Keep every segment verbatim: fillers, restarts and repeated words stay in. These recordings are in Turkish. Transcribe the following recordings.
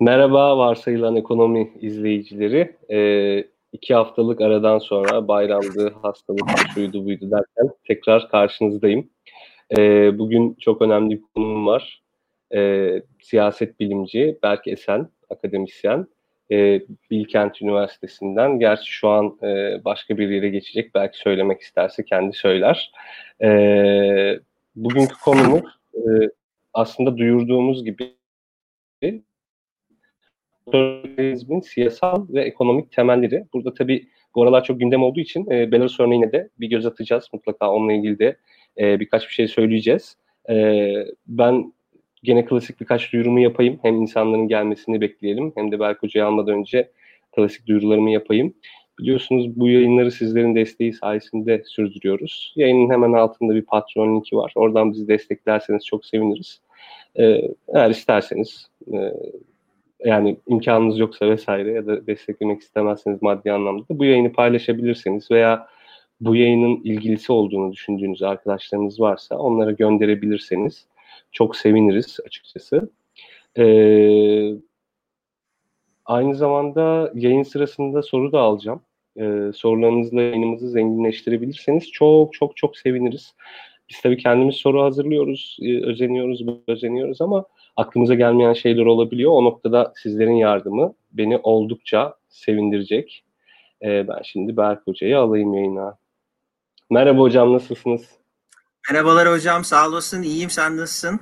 Merhaba varsayılan ekonomi izleyicileri. Ee, iki haftalık aradan sonra bayramdı, hastalıktı, şuydu buydu derken tekrar karşınızdayım. Ee, bugün çok önemli bir konum var. Ee, siyaset bilimci Berk Esen, akademisyen. Ee, Bilkent Üniversitesi'nden. Gerçi şu an e, başka bir yere geçecek. Belki söylemek isterse kendi söyler. Ee, Bugünkü konumuz e, aslında duyurduğumuz gibi otoriterizmin siyasal ve ekonomik temelleri. Burada tabii bu aralar çok gündem olduğu için e, Belarus örneğine de bir göz atacağız. Mutlaka onunla ilgili de e, birkaç bir şey söyleyeceğiz. E, ben gene klasik birkaç duyurumu yapayım. Hem insanların gelmesini bekleyelim hem de Berk Hoca'yı almadan önce klasik duyurularımı yapayım. Biliyorsunuz bu yayınları sizlerin desteği sayesinde sürdürüyoruz. Yayının hemen altında bir Patreon linki var. Oradan bizi desteklerseniz çok seviniriz. E, eğer isterseniz e, yani imkanınız yoksa vesaire ya da desteklemek istemezseniz maddi anlamda da bu yayını paylaşabilirseniz veya bu yayının ilgilisi olduğunu düşündüğünüz arkadaşlarınız varsa onlara gönderebilirseniz çok seviniriz açıkçası. Ee, aynı zamanda yayın sırasında soru da alacağım. Ee, sorularınızla yayınımızı zenginleştirebilirseniz çok çok çok seviniriz. Biz tabii kendimiz soru hazırlıyoruz, e, özeniyoruz, özeniyoruz ama aklımıza gelmeyen şeyler olabiliyor. O noktada sizlerin yardımı beni oldukça sevindirecek. Ee, ben şimdi Berk Hoca'yı alayım yayına. Merhaba hocam, nasılsınız? Merhabalar hocam, sağ olasın. İyiyim, sen nasılsın?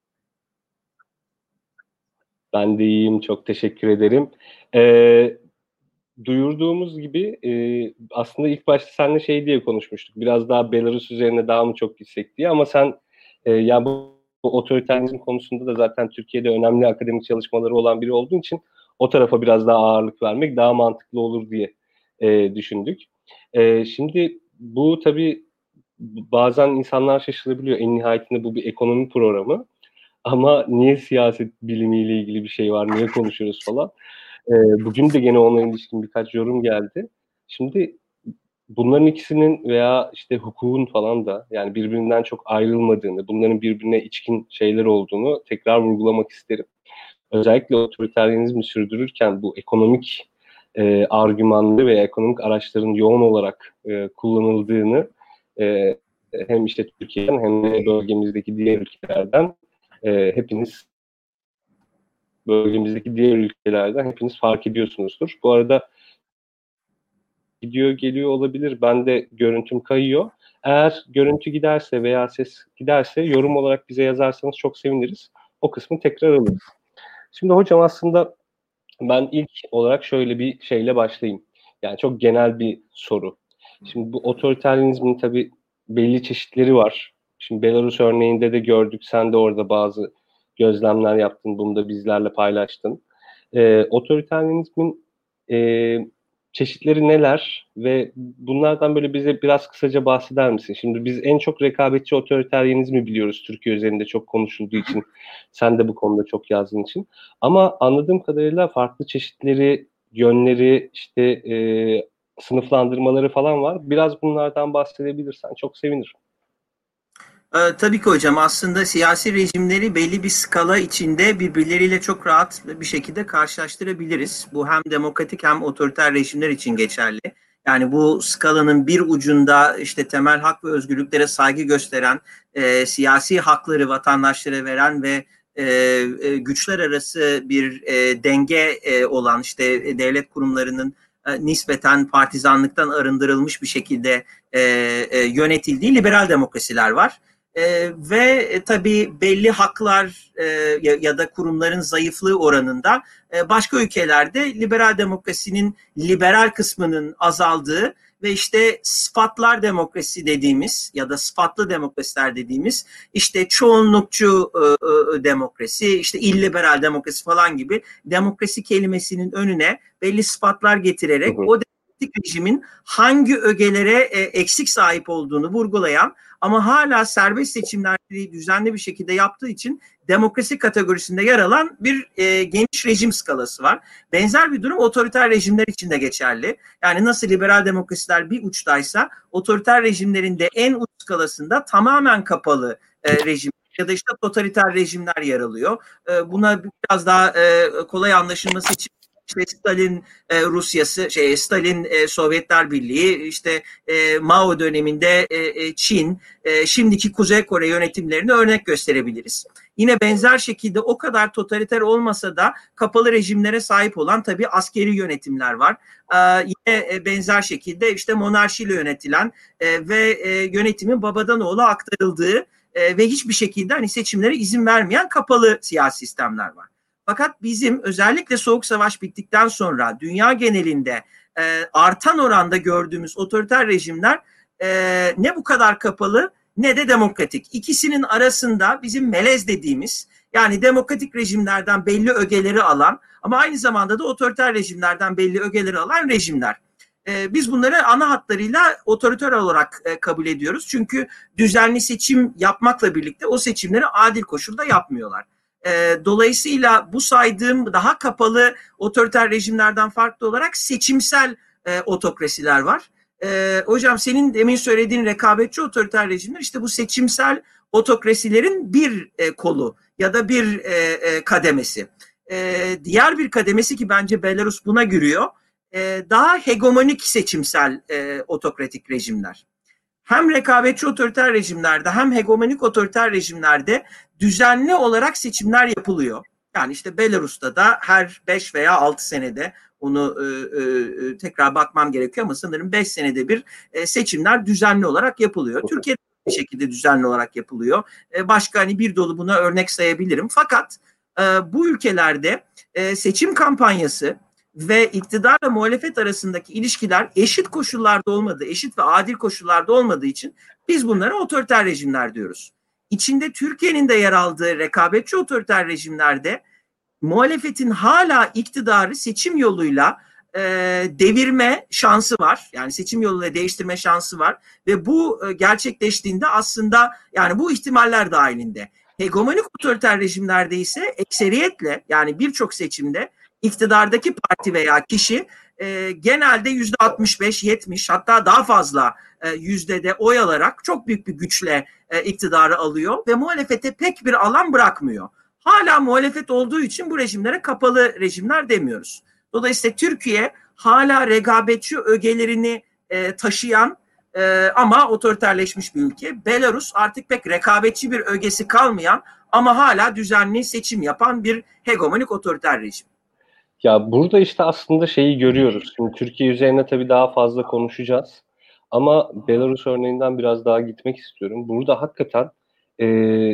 Ben de iyiyim, çok teşekkür ederim. Ee, duyurduğumuz gibi e, aslında ilk başta seninle şey diye konuşmuştuk. Biraz daha Belarus üzerine daha mı çok gitsek diye ama sen e, ya bu, bu otoriterizm konusunda da zaten Türkiye'de önemli akademik çalışmaları olan biri olduğun için o tarafa biraz daha ağırlık vermek daha mantıklı olur diye e, düşündük. E, şimdi bu tabii bazen insanlar şaşırabiliyor. En nihayetinde bu bir ekonomi programı. Ama niye siyaset bilimiyle ilgili bir şey var, niye konuşuyoruz falan. E, bugün de gene ona ilişkin birkaç yorum geldi. Şimdi bunların ikisinin veya işte hukukun falan da yani birbirinden çok ayrılmadığını, bunların birbirine içkin şeyler olduğunu tekrar vurgulamak isterim. Özellikle otoriteryenizmi sürdürürken bu ekonomik e, argümanları veya ekonomik araçların yoğun olarak e, kullanıldığını e, hem işte Türkiye'den hem de bölgemizdeki diğer ülkelerden e, hepiniz bölgemizdeki diğer ülkelerden hepiniz fark ediyorsunuzdur. Bu arada gidiyor geliyor olabilir. Ben de görüntüm kayıyor. Eğer görüntü giderse veya ses giderse yorum olarak bize yazarsanız çok seviniriz. O kısmı tekrar alırız. Şimdi hocam aslında ben ilk olarak şöyle bir şeyle başlayayım. Yani çok genel bir soru. Şimdi bu otoriteryenizmin tabii belli çeşitleri var. Şimdi Belarus örneğinde de gördük. Sen de orada bazı gözlemler yaptın. Bunu da bizlerle paylaştın. Ee, otoriteryenizmin e, çeşitleri neler ve bunlardan böyle bize biraz kısaca bahseder misin? Şimdi biz en çok rekabetçi otoriteryenizmi biliyoruz Türkiye üzerinde çok konuşulduğu için. Sen de bu konuda çok yazdığın için. Ama anladığım kadarıyla farklı çeşitleri, yönleri, işte e, sınıflandırmaları falan var. Biraz bunlardan bahsedebilirsen çok sevinirim. Ee, tabii ki hocam, aslında siyasi rejimleri belli bir skala içinde birbirleriyle çok rahat bir şekilde karşılaştırabiliriz. Bu hem demokratik hem otoriter rejimler için geçerli. Yani bu skalanın bir ucunda işte temel hak ve özgürlüklere saygı gösteren, e, siyasi hakları vatandaşlara veren ve e, e, güçler arası bir e, denge e, olan işte devlet kurumlarının e, nispeten partizanlıktan arındırılmış bir şekilde e, e, yönetildiği liberal demokrasiler var. Ee, ve e, tabii belli haklar e, ya, ya da kurumların zayıflığı oranında e, başka ülkelerde liberal demokrasinin liberal kısmının azaldığı ve işte sıfatlar demokrasi dediğimiz ya da sıfatlı demokrasiler dediğimiz işte çoğunlukçu e, e, demokrasi, işte illiberal demokrasi falan gibi demokrasi kelimesinin önüne belli sıfatlar getirerek Hı hı. o demokratik rejimin hangi ögelere e, eksik sahip olduğunu vurgulayan ama hala serbest seçimleri düzenli bir şekilde yaptığı için demokrasi kategorisinde yer alan bir e, geniş rejim skalası var. Benzer bir durum otoriter rejimler için de geçerli. Yani nasıl liberal demokrasiler bir uçtaysa otoriter rejimlerin de en uç skalasında tamamen kapalı e, rejim ya da işte totaliter rejimler yer alıyor. E, buna biraz daha e, kolay anlaşılması için işte Stalin e, Rusyası, şey Stalin e, Sovyetler Birliği, işte e, Mao döneminde e, e, Çin, e, şimdiki Kuzey Kore yönetimlerini örnek gösterebiliriz. Yine benzer şekilde o kadar totaliter olmasa da kapalı rejimlere sahip olan tabii askeri yönetimler var. E, yine benzer şekilde işte monarşiyle yönetilen e, ve e, yönetimin babadan oğula aktarıldığı e, ve hiçbir şekilde hani seçimlere izin vermeyen kapalı siyasi sistemler var. Fakat bizim özellikle Soğuk Savaş bittikten sonra dünya genelinde e, artan oranda gördüğümüz otoriter rejimler e, ne bu kadar kapalı ne de demokratik. İkisinin arasında bizim melez dediğimiz, yani demokratik rejimlerden belli ögeleri alan ama aynı zamanda da otoriter rejimlerden belli ögeleri alan rejimler. E, biz bunları ana hatlarıyla otoriter olarak e, kabul ediyoruz. Çünkü düzenli seçim yapmakla birlikte o seçimleri adil koşulda yapmıyorlar. Dolayısıyla bu saydığım daha kapalı otoriter rejimlerden farklı olarak seçimsel e, otokrasiler var. E, hocam senin demin söylediğin rekabetçi otoriter rejimler işte bu seçimsel otokrasilerin bir e, kolu ya da bir e, e, kademesi. E, diğer bir kademesi ki bence Belarus buna giriyor. E, daha hegemonik seçimsel e, otokratik rejimler. Hem rekabetçi otoriter rejimlerde hem hegemonik otoriter rejimlerde düzenli olarak seçimler yapılıyor. Yani işte Belarus'ta da her beş veya altı senede onu e, e, tekrar bakmam gerekiyor ama sanırım beş senede bir e, seçimler düzenli olarak yapılıyor. Türkiye'de bir şekilde düzenli olarak yapılıyor. E, başka hani bir dolu buna örnek sayabilirim. Fakat e, bu ülkelerde e, seçim kampanyası ve iktidarla muhalefet arasındaki ilişkiler eşit koşullarda olmadığı, eşit ve adil koşullarda olmadığı için biz bunlara otoriter rejimler diyoruz. İçinde Türkiye'nin de yer aldığı rekabetçi otoriter rejimlerde muhalefetin hala iktidarı seçim yoluyla e, devirme şansı var. Yani seçim yoluyla değiştirme şansı var ve bu e, gerçekleştiğinde aslında yani bu ihtimaller dahilinde. Hegemonik otoriter rejimlerde ise ekseriyetle yani birçok seçimde iktidardaki parti veya kişi e, genelde yüzde altmış beş yetmiş hatta daha fazla e, yüzdede oy alarak çok büyük bir güçle e, iktidarı alıyor ve muhalefete pek bir alan bırakmıyor. Hala muhalefet olduğu için bu rejimlere kapalı rejimler demiyoruz. Dolayısıyla Türkiye hala rekabetçi ögelerini e, taşıyan e, ama otoriterleşmiş bir ülke. Belarus artık pek rekabetçi bir ögesi kalmayan ama hala düzenli seçim yapan bir hegemonik otoriter rejim. Ya burada işte aslında şeyi görüyoruz. Şimdi Türkiye üzerine tabii daha fazla konuşacağız. Ama Belarus örneğinden biraz daha gitmek istiyorum. Burada hakikaten e,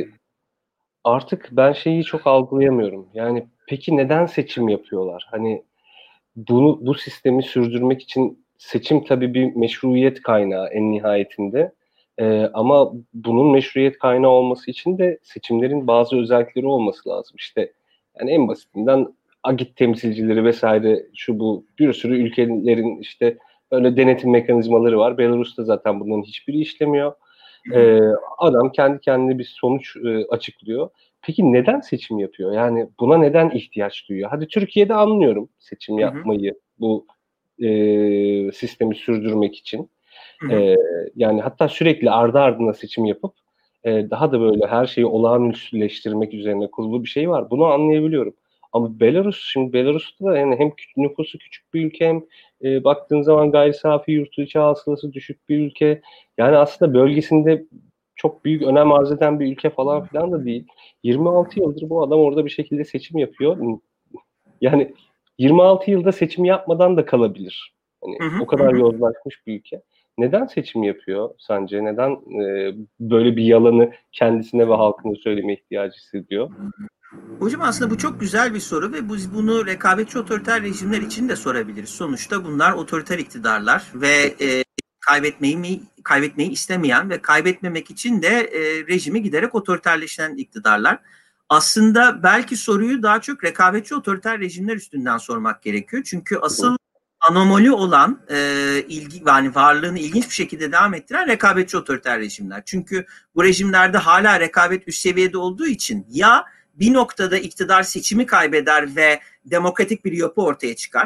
artık ben şeyi çok algılayamıyorum. Yani peki neden seçim yapıyorlar? Hani bunu bu sistemi sürdürmek için seçim tabii bir meşruiyet kaynağı en nihayetinde. Ee, ama bunun meşruiyet kaynağı olması için de seçimlerin bazı özellikleri olması lazım. İşte yani en basitinden agit temsilcileri vesaire şu bu bir sürü ülkelerin işte öyle denetim mekanizmaları var. Belarus'ta zaten bunların hiçbiri işlemiyor. Ee, adam kendi kendine bir sonuç e, açıklıyor. Peki neden seçim yapıyor? Yani buna neden ihtiyaç duyuyor? Hadi Türkiye'de anlıyorum seçim yapmayı, bu e, sistemi sürdürmek için. E, yani hatta sürekli ardı ardına seçim yapıp e, daha da böyle her şeyi olağanüstüleştirmek üzerine kurulu bir şey var. Bunu anlayabiliyorum. Ama Belarus, şimdi Belarus'ta da yani hem nüfusu küçük bir ülke hem e, baktığın zaman gayri safi yurt içi hasılası düşük bir ülke. Yani aslında bölgesinde çok büyük önem arz eden bir ülke falan filan da değil. yirmi altı yıldır bu adam orada bir şekilde seçim yapıyor. Yani yirmi altı yılda seçim yapmadan da kalabilir. Hani Hı hı, o kadar hı. yozlaşmış bir ülke. Neden seçim yapıyor sence? Neden e, böyle bir yalanı kendisine ve halkına söyleme ihtiyacı hissediyor? Hocam aslında bu çok güzel bir soru ve biz bunu rekabetçi otoriter rejimler için de sorabiliriz. Sonuçta bunlar otoriter iktidarlar ve e, kaybetmeyi mi, kaybetmeyi istemeyen ve kaybetmemek için de e, rejimi giderek otoriterleşen iktidarlar. Aslında belki soruyu daha çok rekabetçi otoriter rejimler üstünden sormak gerekiyor. Çünkü asıl anomali olan e, ilgi, yani varlığını ilginç bir şekilde devam ettiren rekabetçi otoriter rejimler. Çünkü bu rejimlerde hala rekabet üst seviyede olduğu için ya bir noktada iktidar seçimi kaybeder ve demokratik bir yapı ortaya çıkar.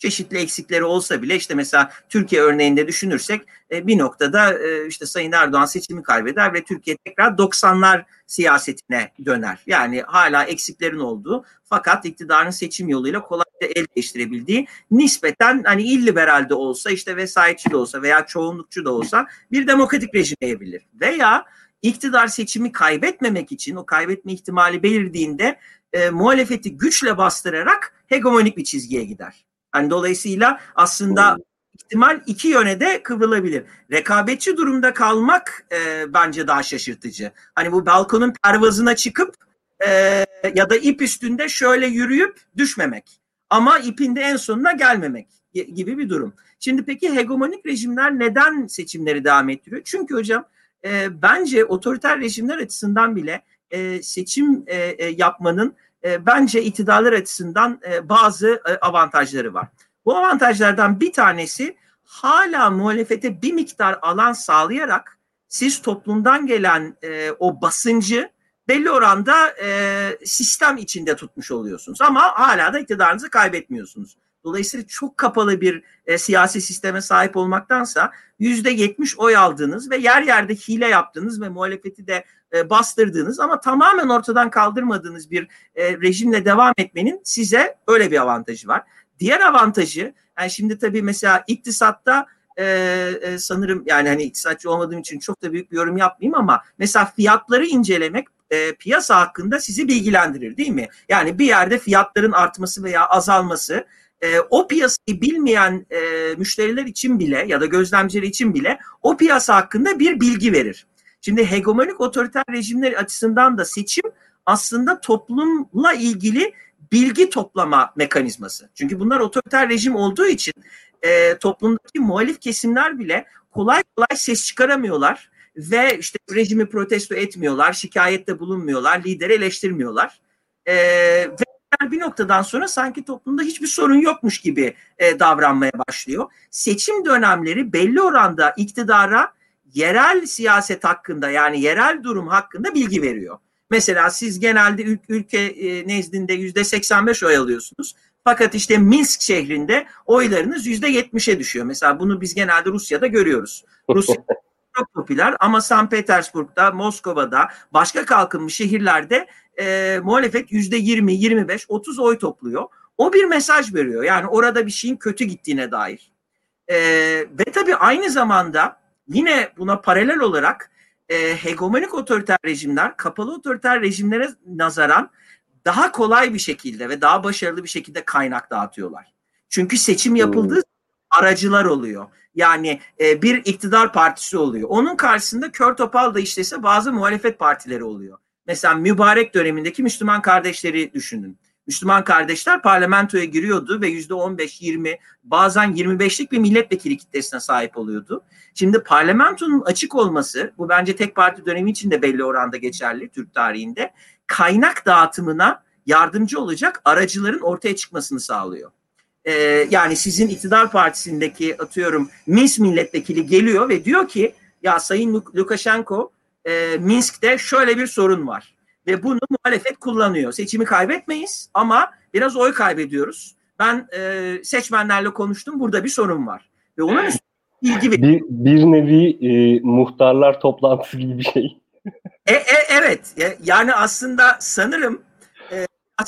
Çeşitli eksikleri olsa bile işte mesela Türkiye örneğinde düşünürsek e, bir noktada e, işte Sayın Erdoğan seçimi kaybeder ve Türkiye tekrar doksanlar siyasetine döner. Yani hala eksiklerin olduğu fakat iktidarın seçim yoluyla kolayca el değiştirebildiği, nispeten hani illiberal de olsa işte vesayetçi de olsa veya çoğunlukçu da olsa bir demokratik rejim diyebilir. Veya iktidar seçimi kaybetmemek için o kaybetme ihtimali belirdiğinde e, muhalefeti güçle bastırarak hegemonik bir çizgiye gider. Yani dolayısıyla aslında ihtimal iki yöne de kıvrılabilir. Rekabetçi durumda kalmak e, bence daha şaşırtıcı. Hani bu balkonun pervazına çıkıp e, ya da ip üstünde şöyle yürüyüp düşmemek. Ama ipin de en sonuna gelmemek gibi bir durum. Şimdi peki hegemonik rejimler neden seçimleri devam ettiriyor? Çünkü hocam e, bence otoriter rejimler açısından bile e, seçim e, e, yapmanın e, bence iktidarlar açısından e, bazı e, avantajları var. Bu avantajlardan bir tanesi hala muhalefete bir miktar alan sağlayarak siz toplumdan gelen e, o basıncı belli oranda e, sistem içinde tutmuş oluyorsunuz. Ama hala da iktidarınızı kaybetmiyorsunuz. Dolayısıyla çok kapalı bir e, siyasi sisteme sahip olmaktansa yüzde yetmiş oy aldığınız ve yer yerde hile yaptığınız ve muhalefeti de e, bastırdığınız ama tamamen ortadan kaldırmadığınız bir e, rejimle devam etmenin size öyle bir avantajı var. Diğer avantajı, yani şimdi tabii mesela iktisatta e, e, sanırım yani hani iktisatçı olmadığım için çok da büyük bir yorum yapmayayım ama mesela fiyatları incelemek e, piyasa hakkında sizi bilgilendirir değil mi? Yani bir yerde fiyatların artması veya azalması e, o piyasayı bilmeyen e, müşteriler için bile ya da gözlemciler için bile o piyasa hakkında bir bilgi verir. Şimdi hegemonik otoriter rejimler açısından da seçim aslında toplumla ilgili bilgi toplama mekanizması. Çünkü bunlar otoriter rejim olduğu için e, toplumdaki muhalif kesimler bile kolay kolay ses çıkaramıyorlar ve işte rejimi protesto etmiyorlar, şikayette bulunmuyorlar, lideri eleştirmiyorlar. E, ve bir noktadan sonra sanki toplumda hiçbir sorun yokmuş gibi e, davranmaya başlıyor. Seçim dönemleri belli oranda iktidara yerel siyaset hakkında yani yerel durum hakkında bilgi veriyor. Mesela siz genelde ül- ülke e, nezdinde yüzde seksen beş oy alıyorsunuz. Fakat işte Minsk şehrinde oylarınız yüzde yetmişe düşüyor. Mesela bunu biz genelde Rusya'da görüyoruz. Rusya çok popüler ama Sankt Petersburg'da, Moskova'da, başka kalkınmış şehirlerde e, muhalefet yüzde yirmi, yirmi beş, otuz oy topluyor. O bir mesaj veriyor. Yani orada bir şeyin kötü gittiğine dair. E, ve tabii aynı zamanda yine buna paralel olarak e, hegemonik otoriter rejimler kapalı otoriter rejimlere nazaran daha kolay bir şekilde ve daha başarılı bir şekilde kaynak dağıtıyorlar. Çünkü seçim yapıldığı aracılar oluyor. Yani e, bir iktidar partisi oluyor. Onun karşısında kör topal da işlese bazı muhalefet partileri oluyor. Mesela mübarek dönemindeki Müslüman kardeşleri düşünün. Müslüman kardeşler parlamentoya giriyordu ve yüzde on beş yirmi bazen yirmi beşlik bir milletvekili kitlesine sahip oluyordu. Şimdi parlamentonun açık olması, bu bence tek parti dönemi için de belli oranda geçerli Türk tarihinde, kaynak dağıtımına yardımcı olacak aracıların ortaya çıkmasını sağlıyor. Ee, yani sizin iktidar partisindeki atıyorum Minsk milletvekili geliyor ve diyor ki ya Sayın Lukashenko e, Minsk'te şöyle bir sorun var. Ve bunu muhalefet kullanıyor. Seçimi kaybetmeyiz ama biraz oy kaybediyoruz. Ben e, seçmenlerle konuştum. Burada bir sorun var. Ve onun üstüne bilgi veriyor. Bir, bir nevi e, muhtarlar toplantısı gibi bir şey. E, e, evet. E, yani aslında sanırım e,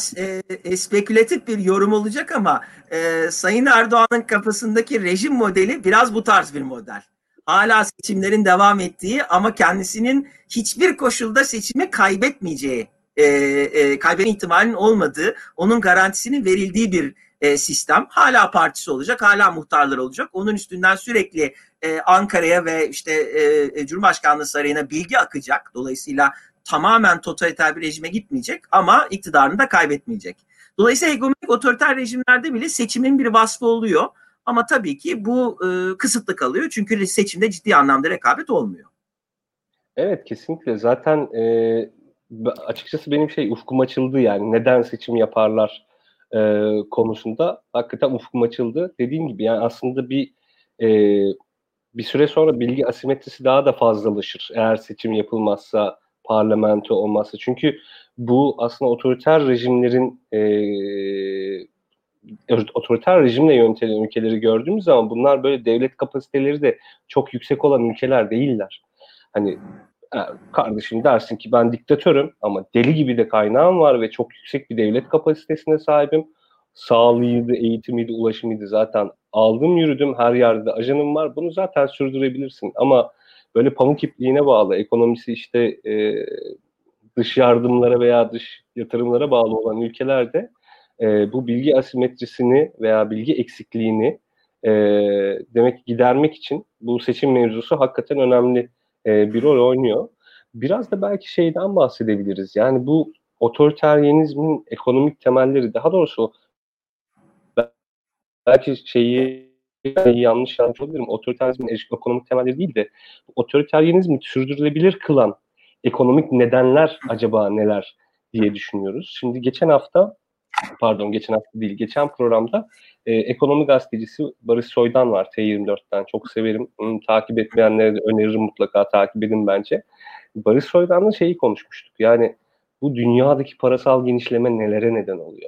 e, spekülatif bir yorum olacak ama e, Sayın Erdoğan'ın kafasındaki rejim modeli biraz bu tarz bir model. Hala seçimlerin devam ettiği ama kendisinin hiçbir koşulda seçimi kaybetmeyeceği, e, e, kaybetme ihtimalinin olmadığı, onun garantisinin verildiği bir e, sistem. Hala partisi olacak, hala muhtarlar olacak. Onun üstünden sürekli e, Ankara'ya ve işte e, Cumhurbaşkanlığı Sarayı'na bilgi akacak. Dolayısıyla tamamen totaliter bir rejime gitmeyecek ama iktidarını da kaybetmeyecek. Dolayısıyla hegemonik otoriter rejimlerde bile seçimin bir vasfı oluyor. Ama tabii ki bu e, kısıtlı kalıyor. Çünkü seçimde ciddi anlamda rekabet olmuyor. Evet, kesinlikle. Zaten e, açıkçası benim şey ufkum açıldı yani. Neden seçim yaparlar e, konusunda. Hakikaten ufkum açıldı. Dediğim gibi yani aslında bir e, bir süre sonra bilgi asimetrisi daha da fazlalaşır. Eğer seçim yapılmazsa, parlamento olmazsa. Çünkü bu aslında otoriter rejimlerin e, otoriter rejimle yönetilen ülkeleri gördüğümüz zaman bunlar böyle devlet kapasiteleri de çok yüksek olan ülkeler değiller. Hani kardeşim dersin ki ben diktatörüm ama deli gibi de kaynağım var ve çok yüksek bir devlet kapasitesine sahibim. Sağlığıydı, eğitimiydi, ulaşımıydı zaten aldım yürüdüm, her yerde ajanım var. Bunu zaten sürdürebilirsin ama böyle pamuk ipliğine bağlı, ekonomisi işte e, dış yardımlara veya dış yatırımlara bağlı olan ülkelerde e, bu bilgi asimetrisini veya bilgi eksikliğini e, demek gidermek için bu seçim mevzusu hakikaten önemli e, bir rol oynuyor. Biraz da belki şeyden bahsedebiliriz. Yani bu otoriteryenizmin ekonomik temelleri, daha doğrusu belki şeyi yanlış yanlış olabilirim. Otoriteryenizmin ekonomik temelleri değil de otoriteryenizmi sürdürülebilir kılan ekonomik nedenler acaba neler diye düşünüyoruz. Şimdi geçen hafta, pardon geçen hafta değil, geçen programda e, ekonomi gazetecisi Barış Soydan var T yirmi dörtten. Çok severim. Onu takip etmeyenlere de öneririm, mutlaka takip edin bence. Barış Soydan'la şeyi konuşmuştuk. Yani bu dünyadaki parasal genişleme nelere neden oluyor?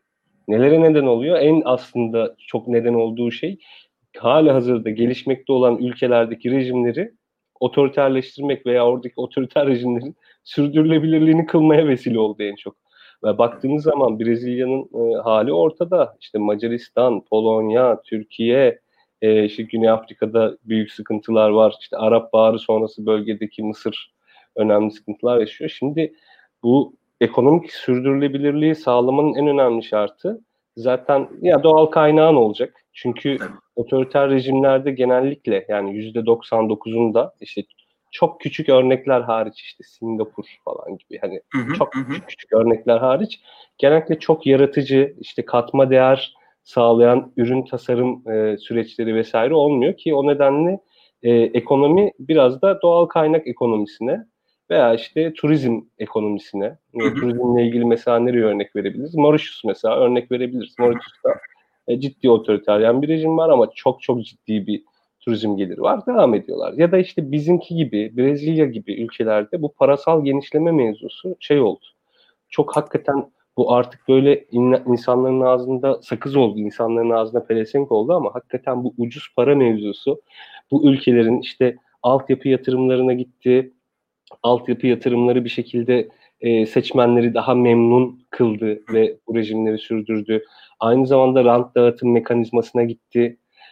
Nelere neden oluyor? En aslında çok neden olduğu şey hali hazırda gelişmekte olan ülkelerdeki rejimleri otoriterleştirmek veya oradaki otoriter rejimlerin sürdürülebilirliğini kılmaya vesile oldu en çok. Ve baktığınız zaman Brezilya'nın e, hali ortada. İşte Macaristan, Polonya, Türkiye, e, işte Güney Afrika'da büyük sıkıntılar var. İşte Arap Baharı sonrası bölgedeki Mısır önemli sıkıntılar yaşıyor. Şimdi bu ekonomik sürdürülebilirliği sağlamanın en önemli şartı zaten ya doğal kaynağın olacak. Çünkü otoriter rejimlerde genellikle yani yüzde doksan dokuzunda işte çok küçük örnekler hariç, işte Singapur falan gibi hani hı hı, çok hı. küçük küçük örnekler hariç genellikle çok yaratıcı, işte katma değer sağlayan ürün tasarım e, süreçleri vesaire olmuyor ki o nedenle e, ekonomi biraz da doğal kaynak ekonomisine veya işte turizm ekonomisine, Hı hı. turizmle ilgili mesela nereye örnek verebiliriz? Mauritius mesela örnek verebiliriz. Mauritius'ta e, ciddi otoriteryen bir rejim var ama çok çok ciddi bir turizm geliri var. Devam ediyorlar. Ya da işte bizimki gibi, Brezilya gibi ülkelerde bu parasal genişleme mevzusu şey oldu. Çok hakikaten bu artık böyle in, insanların ağzında sakız oldu, insanların ağzında pelesenk oldu ama hakikaten bu ucuz para mevzusu bu ülkelerin işte altyapı yatırımlarına gitti, altyapı yatırımları bir şekilde e, seçmenleri daha memnun kıldı ve bu rejimleri sürdürdü. Aynı zamanda rant dağıtım mekanizmasına gitti.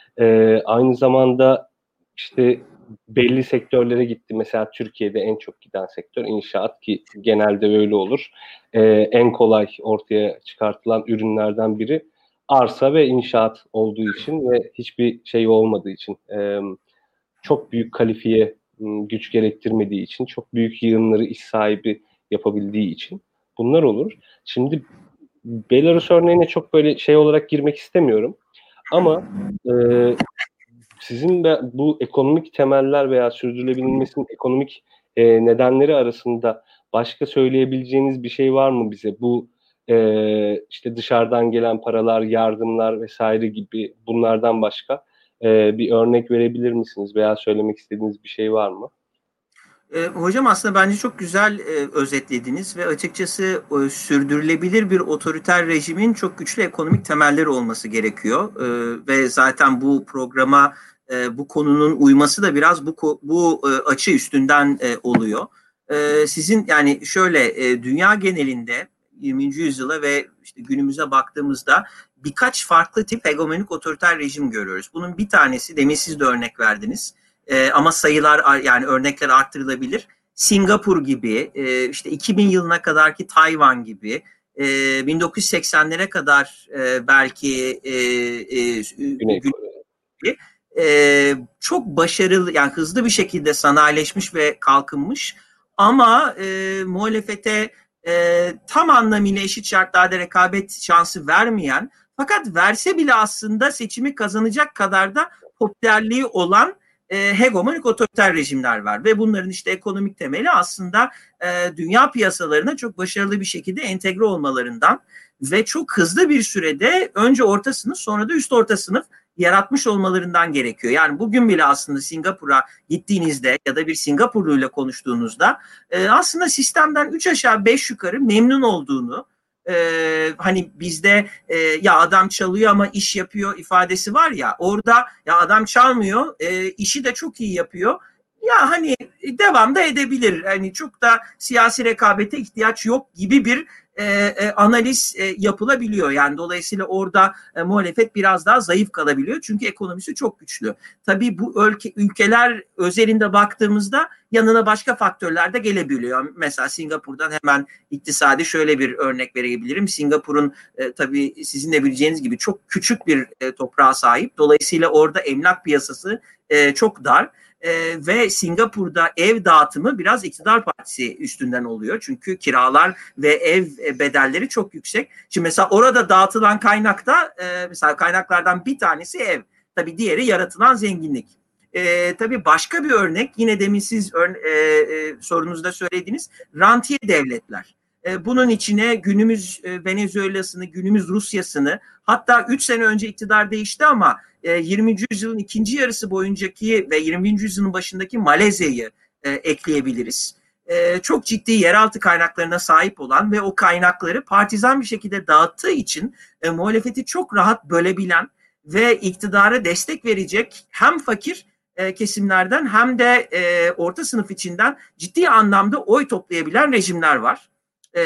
E, aynı zamanda işte belli sektörlere gitti. Mesela Türkiye'de en çok giden sektör inşaat, ki genelde öyle olur. E, en kolay ortaya çıkartılan ürünlerden biri arsa ve inşaat olduğu için ve hiçbir şey olmadığı için, e, çok büyük kalifiye güç gerektirmediği için, çok büyük yığınları iş sahibi yapabildiği için bunlar olur. Şimdi Belarus örneğine çok böyle şey olarak girmek istemiyorum. Ama e, sizin de bu ekonomik temeller veya sürdürülebilmesinin ekonomik e, nedenleri arasında başka söyleyebileceğiniz bir şey var mı bize? Bu e, işte dışarıdan gelen paralar, yardımlar vesaire gibi bunlardan başka e, bir örnek verebilir misiniz veya söylemek istediğiniz bir şey var mı? E, hocam aslında bence çok güzel e, özetlediniz ve açıkçası e, sürdürülebilir bir otoriter rejimin çok güçlü ekonomik temelleri olması gerekiyor. E, ve zaten bu programa e, bu konunun uyması da biraz bu bu e, açı üstünden e, oluyor. E, sizin yani şöyle e, dünya genelinde yirminci yüzyıla ve işte günümüze baktığımızda birkaç farklı tip hegemonik otoriter rejim görüyoruz. Bunun bir tanesi, demin siz de örnek verdiniz. Ee, ama sayılar yani örnekler arttırılabilir. Singapur gibi, e, işte iki bin yılına kadarki Tayvan gibi, e, bin dokuz yüz seksenlere kadar e, belki e, e, Güney Kore. gibi, e, çok başarılı yani hızlı bir şekilde sanayileşmiş ve kalkınmış ama e, muhalefete e, tam anlamıyla eşit şartlarda rekabet şansı vermeyen, fakat verse bile aslında seçimi kazanacak kadar da popülerliği olan e, hegemonik otoriter rejimler var ve bunların işte ekonomik temeli aslında e, dünya piyasalarına çok başarılı bir şekilde entegre olmalarından ve çok hızlı bir sürede önce orta sınıf sonra da üst orta sınıf yaratmış olmalarından gerekiyor. Yani bugün bile aslında Singapur'a gittiğinizde ya da bir Singapurluyla konuştuğunuzda e, aslında sistemden üç aşağı beş yukarı memnun olduğunu e, hani bizde e, ya adam çalıyor ama iş yapıyor ifadesi var ya, orada ya adam çalmıyor, e, işi de çok iyi yapıyor. Ya hani devam da edebilir. Hani çok da siyasi rekabete ihtiyaç yok gibi bir e, e, analiz e, yapılabiliyor. Yani dolayısıyla orada e, muhalefet biraz daha zayıf kalabiliyor. Çünkü ekonomisi çok güçlü. Tabii bu ülke, ülkeler özelinde baktığımızda yanına başka faktörler de gelebiliyor. Mesela Singapur'dan hemen iktisadi şöyle bir örnek verebilirim. Singapur'un e, tabii sizin de bileceğiniz gibi çok küçük bir e, toprağa sahip. Dolayısıyla orada emlak piyasası e, çok dar. Ee, ve Singapur'da ev dağıtımı biraz iktidar partisi üstünden oluyor. Çünkü kiralar ve ev bedelleri çok yüksek. Şimdi mesela orada dağıtılan kaynakta e, mesela kaynaklardan bir tanesi ev. Tabii diğeri yaratılan zenginlik. E, tabii başka bir örnek, yine demin siz ör- e, e, sorunuzda söylediğiniz rantiye devletler. E, bunun içine günümüz e, Venezuela'sını, günümüz Rusya'sını, hatta üç sene önce iktidar değişti ama yirminci yüzyılın ikinci yarısı boyuncaki ve yirminci yüzyılın başındaki Malezya'yı e, ekleyebiliriz. E, çok ciddi yeraltı kaynaklarına sahip olan ve o kaynakları partizan bir şekilde dağıttığı için e, muhalefeti çok rahat bölebilen ve iktidara destek verecek hem fakir e, kesimlerden hem de e, orta sınıf içinden ciddi anlamda oy toplayabilen rejimler var. E,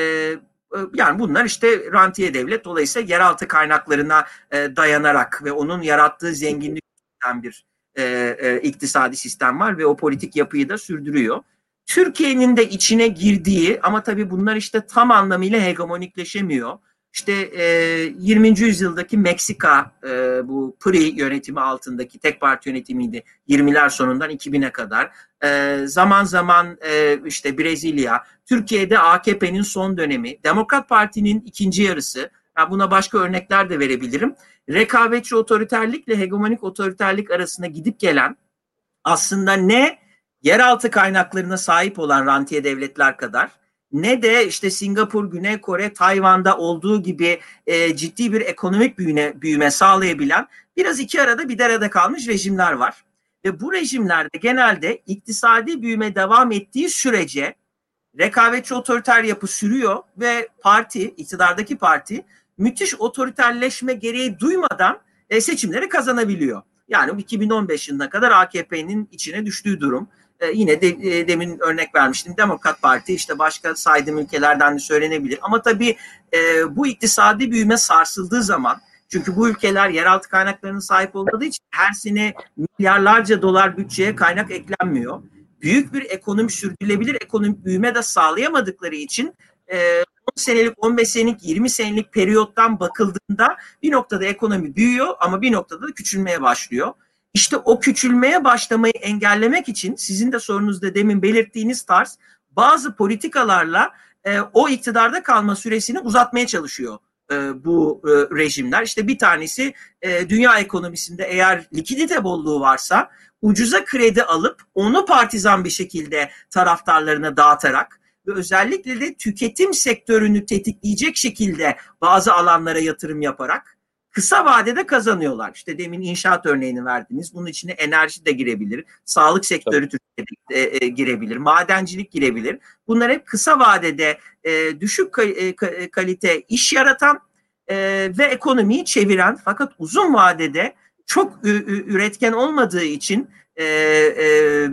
Yani bunlar işte rantiye devlet, dolayısıyla yeraltı kaynaklarına e, dayanarak ve onun yarattığı zenginlikten bir e, e, iktisadi sistem var ve o politik yapıyı da sürdürüyor. Türkiye'nin de içine girdiği ama tabii bunlar işte tam anlamıyla hegemonikleşemiyor. İşte e, yirminci yüzyıldaki Meksika, e, bu P R I yönetimi altındaki tek parti yönetimiydi yirmiler sonundan iki bine kadar. E, zaman zaman e, işte Brezilya, Türkiye'de A K P'nin son dönemi, Demokrat Parti'nin ikinci yarısı, yani buna başka örnekler de verebilirim. Rekabetçi otoriterlikle hegemonik otoriterlik arasında gidip gelen, aslında ne yeraltı kaynaklarına sahip olan rantiye devletler kadar, ne de işte Singapur, Güney Kore, Tayvan'da olduğu gibi e, ciddi bir ekonomik büyüme, büyüme sağlayabilen biraz iki arada bir derede kalmış rejimler var. Ve bu rejimlerde genelde iktisadi büyüme devam ettiği sürece rekabetçi otoriter yapı sürüyor ve parti, iktidardaki parti müthiş otoriterleşme gereği duymadan e, seçimleri kazanabiliyor. Yani iki bin on beş yılına kadar A K P'nin içine düştüğü durum. E, yine de, e, demin örnek vermiştim. Demokrat Parti, işte başka saydığım ülkelerden de söylenebilir. Ama tabii e, bu iktisadi büyüme sarsıldığı zaman, çünkü bu ülkeler yeraltı kaynaklarının sahip olmadığı için her sene milyarlarca dolar bütçeye kaynak eklenmiyor. Büyük bir ekonomi, sürdürülebilir ekonomik büyüme de sağlayamadıkları için e, on senelik, on beş senelik, yirmi senelik periyottan bakıldığında bir noktada ekonomi büyüyor ama bir noktada da küçülmeye başlıyor. İşte o küçülmeye başlamayı engellemek için sizin de sorunuzda demin belirttiğiniz tarz bazı politikalarla e, o iktidarda kalma süresini uzatmaya çalışıyor e, bu e, rejimler. İşte bir tanesi e, dünya ekonomisinde eğer likidite bolluğu varsa ucuza kredi alıp onu partizan bir şekilde taraftarlarına dağıtarak ve özellikle de tüketim sektörünü tetikleyecek şekilde bazı alanlara yatırım yaparak kısa vadede kazanıyorlar. İşte demin inşaat örneğini verdiniz. Bunun içine enerji de girebilir, sağlık sektörü Türkiye'de e, e, girebilir, madencilik girebilir. Bunlar hep kısa vadede e, düşük e, kalite iş yaratan e, ve ekonomiyi çeviren, fakat uzun vadede çok üretken olmadığı için e, e,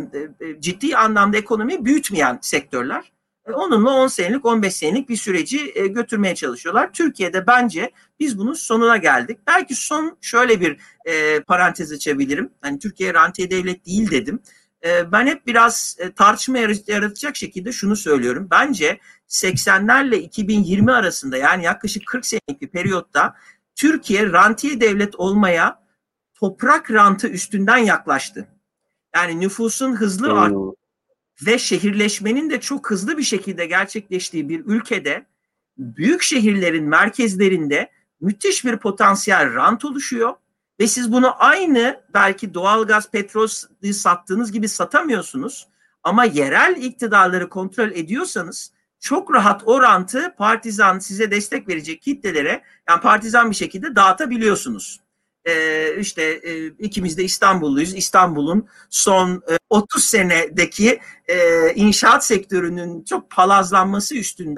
ciddi anlamda ekonomiyi büyütmeyen sektörler. E, onunla on senelik, on beş senelik bir süreci e, götürmeye çalışıyorlar. Türkiye'de bence biz bunun sonuna geldik. Belki son şöyle bir e, parantez açabilirim. Hani Türkiye rantiye devlet değil dedim. E, ben hep biraz e, tartışma yaratacak şekilde şunu söylüyorum. Bence seksenlerle iki bin yirmi arasında, yani yaklaşık kırk senelik bir periyotta Türkiye rantiye devlet olmaya toprak rantı üstünden yaklaştı. Yani nüfusun hızlı Hmm. arttığı ve şehirleşmenin de çok hızlı bir şekilde gerçekleştiği bir ülkede büyük şehirlerin merkezlerinde müthiş bir potansiyel rant oluşuyor ve siz bunu aynı belki doğalgaz, petrol sattığınız gibi satamıyorsunuz ama yerel iktidarları kontrol ediyorsanız çok rahat o rantı partizan, size destek verecek kitlelere, yani partizan bir şekilde dağıtabiliyorsunuz. Ee, işte e, ikimiz de İstanbulluyuz. İstanbul'un son e, otuz senedeki e, inşaat sektörünün çok palazlanması üstünden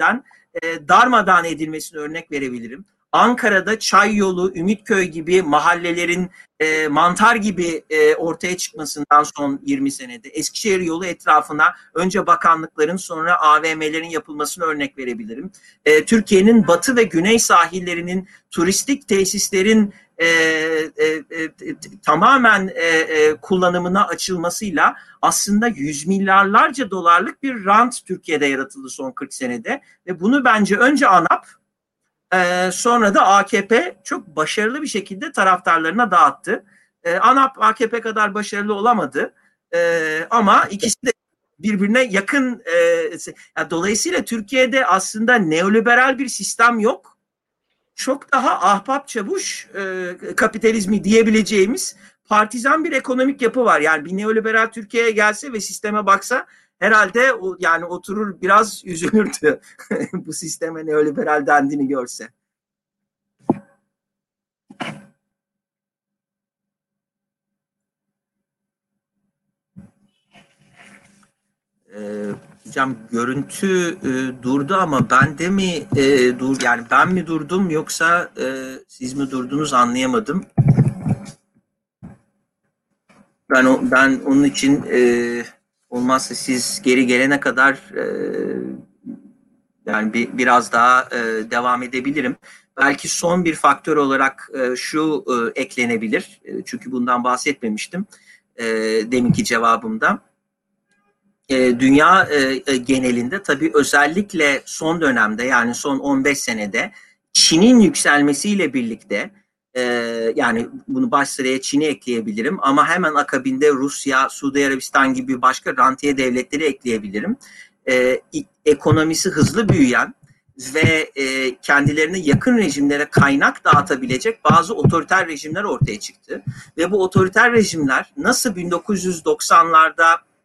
e, darmadağın edilmesine örnek verebilirim. Ankara'da Çay Yolu, Ümitköy gibi mahallelerin e, mantar gibi e, ortaya çıkmasından son yirmi senede, Eskişehir yolu etrafına önce bakanlıkların sonra A V M'lerin yapılmasını örnek verebilirim. E, Türkiye'nin batı ve güney sahillerinin turistik tesislerin e, e, e, tamamen e, e, kullanımına açılmasıyla aslında yüz milyarlarca dolarlık bir rant Türkiye'de yaratıldı son kırk senede ve bunu bence önce ANAP, Ee, sonra da A K P çok başarılı bir şekilde taraftarlarına dağıttı. Ee, ANAP A K P kadar başarılı olamadı. Ee, ama ikisi de birbirine yakın. E, yani dolayısıyla Türkiye'de aslında neoliberal bir sistem yok. Çok daha ahbap çavuş e, kapitalizmi diyebileceğimiz partizan bir ekonomik yapı var. Yani bir neoliberal Türkiye'ye gelse ve sisteme baksa herhalde o, yani oturur biraz üzülürdü bu sisteme neoliberal dendiğini görse. Ee, hocam görüntü e, durdu ama ben de mi e, dur yani ben mi durdum yoksa e, siz mi durdunuz anlayamadım. Ben o, ben onun için e, olmazsa siz geri gelene kadar e, yani bir, biraz daha e, devam edebilirim. Belki son bir faktör olarak e, şu e, eklenebilir. E, çünkü bundan bahsetmemiştim e, deminki cevabımda. E, dünya e, genelinde tabii özellikle son dönemde yani son on beş senede Çin'in yükselmesiyle birlikte e, yani bunu baş sıraya Çin'i ekleyebilirim ama hemen akabinde Rusya, Suudi Arabistan gibi başka rantiye devletleri ekleyebilirim. E, ekonomisi hızlı büyüyen ve e, kendilerine yakın rejimlere kaynak dağıtabilecek bazı otoriter rejimler ortaya çıktı. Ve bu otoriter rejimler nasıl bin dokuz yüz doksanlarda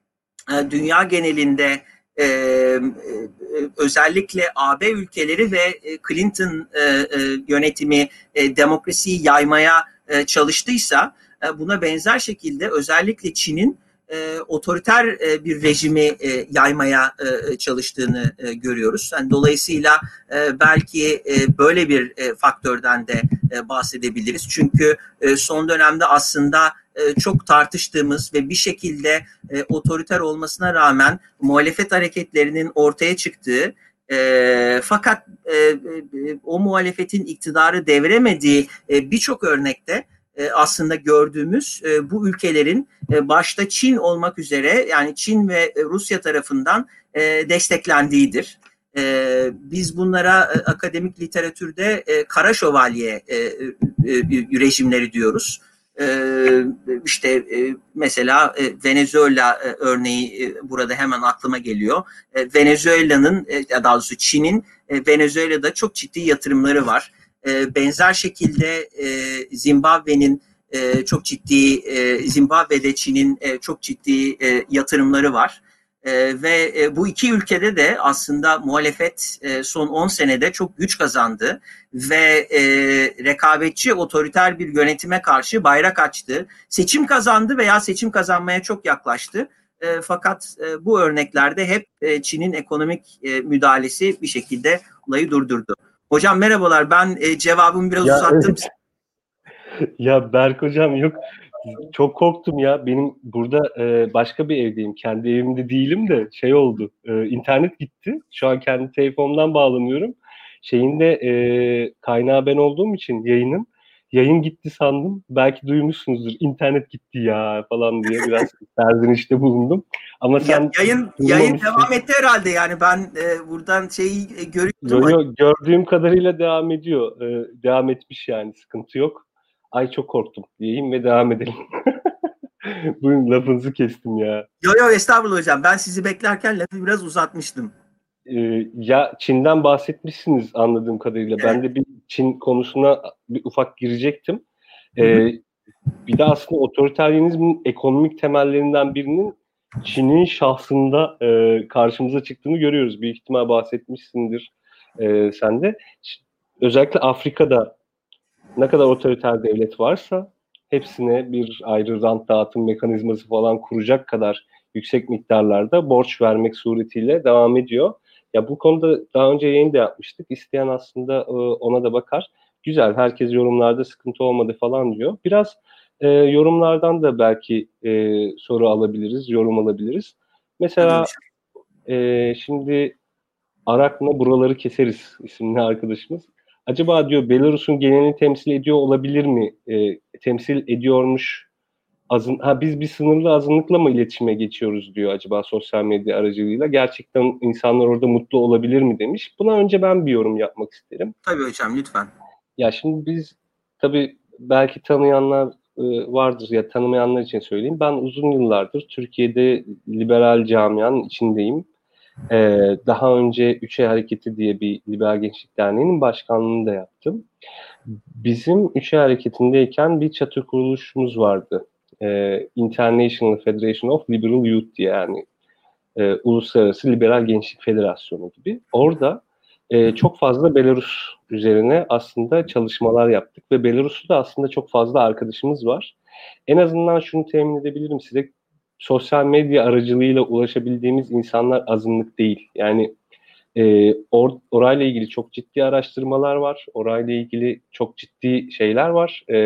dünya genelinde e, e, özellikle A B ülkeleri ve Clinton e, e, yönetimi e, demokrasiyi yaymaya e, çalıştıysa e, buna benzer şekilde özellikle Çin'in e, otoriter e, bir rejimi e, yaymaya e, çalıştığını e, görüyoruz. Yani dolayısıyla e, belki e, böyle bir e, faktörden de e, bahsedebiliriz. Çünkü e, son dönemde aslında e, çok tartıştığımız ve bir şekilde e, otoriter olmasına rağmen muhalefet hareketlerinin ortaya çıktığı e, fakat e, e, o muhalefetin iktidarı deviremediği e, birçok örnekte e, aslında gördüğümüz e, bu ülkelerin e, başta Çin olmak üzere yani Çin ve Rusya tarafından e, desteklendiğidir. E, biz bunlara e, akademik literatürde e, kara şövalye e, e, rejimleri diyoruz. Ee, işte e, mesela e, Venezuela e, örneği e, burada hemen aklıma geliyor. E, Venezuela'nın e, daha doğrusu Çin'in e, Venezuela'da çok ciddi yatırımları var. E, benzer şekilde e, Zimbabwe'nin e, çok ciddi e, Zimbabwe'de Çin'in e, çok ciddi e, yatırımları var. E, ve e, bu iki ülkede de aslında muhalefet e, son on senede çok güç kazandı ve e, rekabetçi otoriter bir yönetime karşı bayrak açtı. Seçim kazandı veya seçim kazanmaya çok yaklaştı. E, fakat e, bu örneklerde hep e, Çin'in ekonomik e, müdahalesi bir şekilde olayı durdurdu. Hocam merhabalar, ben e, cevabımı biraz ya, uzattım. Evet. Ya Berk hocam yok. Çok korktum ya. Benim burada e, başka bir evdeyim. Kendi evimde değilim de şey oldu. E, internet gitti. Şu an kendi telefonumdan bağlanıyorum. Şeyinde e, kaynağı ben olduğum için yayının. Yayın gitti sandım. Belki duymuşsunuzdur. İnternet gitti ya falan diye biraz serzenişte bulundum. Ama sen ya, yayın yayın devam etti herhalde yani ben e, buradan şeyi e, görüyorum. Yo, yo, gördüğüm kadarıyla devam ediyor. E, devam etmiş yani sıkıntı yok. Ay çok korktum diyeyim ve devam edelim. Buyurun lafınızı kestim ya. Yo yo estağfurullah hocam. Ben sizi beklerken lafı biraz uzatmıştım. Ee, ya Çin'den bahsetmişsiniz anladığım kadarıyla. Evet. Ben de bir Çin konusuna bir ufak girecektim. Ee, bir de aslında otoriteryenizmin ekonomik temellerinden birinin Çin'in şahsında e, karşımıza çıktığını görüyoruz. Büyük ihtimal bahsetmişsindir e, sen de. Özellikle Afrika'da ne kadar otoriter devlet varsa hepsine bir ayrı rant dağıtım mekanizması falan kuracak kadar yüksek miktarlarda borç vermek suretiyle devam ediyor. Ya bu konuda daha önce yayın da yapmıştık. İsteyen aslında e, ona da bakar. Güzel, herkes yorumlarda sıkıntı olmadı falan diyor. Biraz e, yorumlardan da belki e, soru alabiliriz, yorum alabiliriz. Tabii Mesela hocam. e, şimdi Arak'la Buraları Keseriz isimli arkadaşımız. Acaba diyor Belarus'un genelini temsil ediyor olabilir mi? E, temsil ediyormuş. Azın, ha, biz bir sınırlı azınlıkla mı iletişime geçiyoruz diyor acaba sosyal medya aracılığıyla. Gerçekten insanlar orada mutlu olabilir mi demiş. Buna önce ben bir yorum yapmak isterim. Tabii hocam, lütfen. Ya şimdi biz tabii belki tanıyanlar e, vardır ya tanımayanlar için söyleyeyim. Ben uzun yıllardır Türkiye'de liberal camianın içindeyim. Ee, daha önce Üçe Hareketi diye bir liberal gençlik derneğinin başkanlığını da yaptım. Bizim Üçe Hareketi'ndeyken bir çatı kuruluşumuz vardı. Ee, International Federation of Liberal Youth diye, yani e, Uluslararası Liberal Gençlik Federasyonu gibi. Orada e, çok fazla Belarus üzerine aslında çalışmalar yaptık ve Belarus'ta da aslında çok fazla arkadaşımız var. En azından şunu temin edebilirim size, sosyal medya aracılığıyla ulaşabildiğimiz insanlar azınlık değil. Yani e, or, orayla ilgili çok ciddi araştırmalar var. Orayla ilgili çok ciddi şeyler var. E,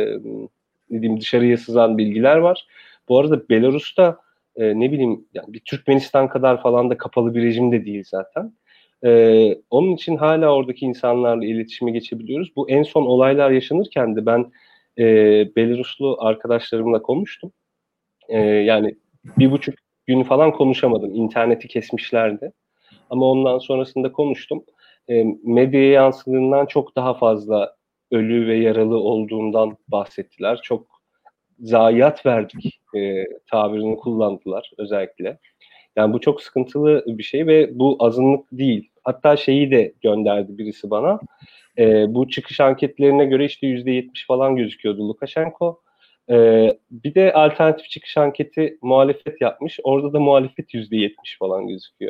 dediğim dışarıya sızan bilgiler var. Bu arada Belarus'ta e, ne bileyim yani bir Türkmenistan kadar falan da kapalı bir rejim de değil zaten. E, onun için hala oradaki insanlarla iletişime geçebiliyoruz. Bu en son olaylar yaşanırken de ben e, Belaruslu arkadaşlarımla konuştum. E, yani bir buçuk gün falan konuşamadım. İnterneti kesmişlerdi. Ama ondan sonrasında konuştum. E, medyaya yansıdığından çok daha fazla ölü ve yaralı olduğundan bahsettiler. Çok zayiat verdik e, tabirini kullandılar özellikle. Yani bu çok sıkıntılı bir şey ve bu azınlık değil. Hatta şeyi de gönderdi birisi bana. E, bu çıkış anketlerine göre işte yüzde yetmiş falan gözüküyordu Lukashenko. E, bir de alternatif çıkış anketi muhalefet yapmış. Orada da muhalefet yüzde yetmiş falan gözüküyor.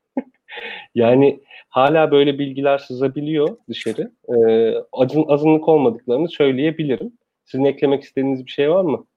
Yani hala böyle bilgiler sızabiliyor dışarı. Ee, azın, azınlık olmadıklarını söyleyebilirim. Sizin eklemek istediğiniz bir şey var mı?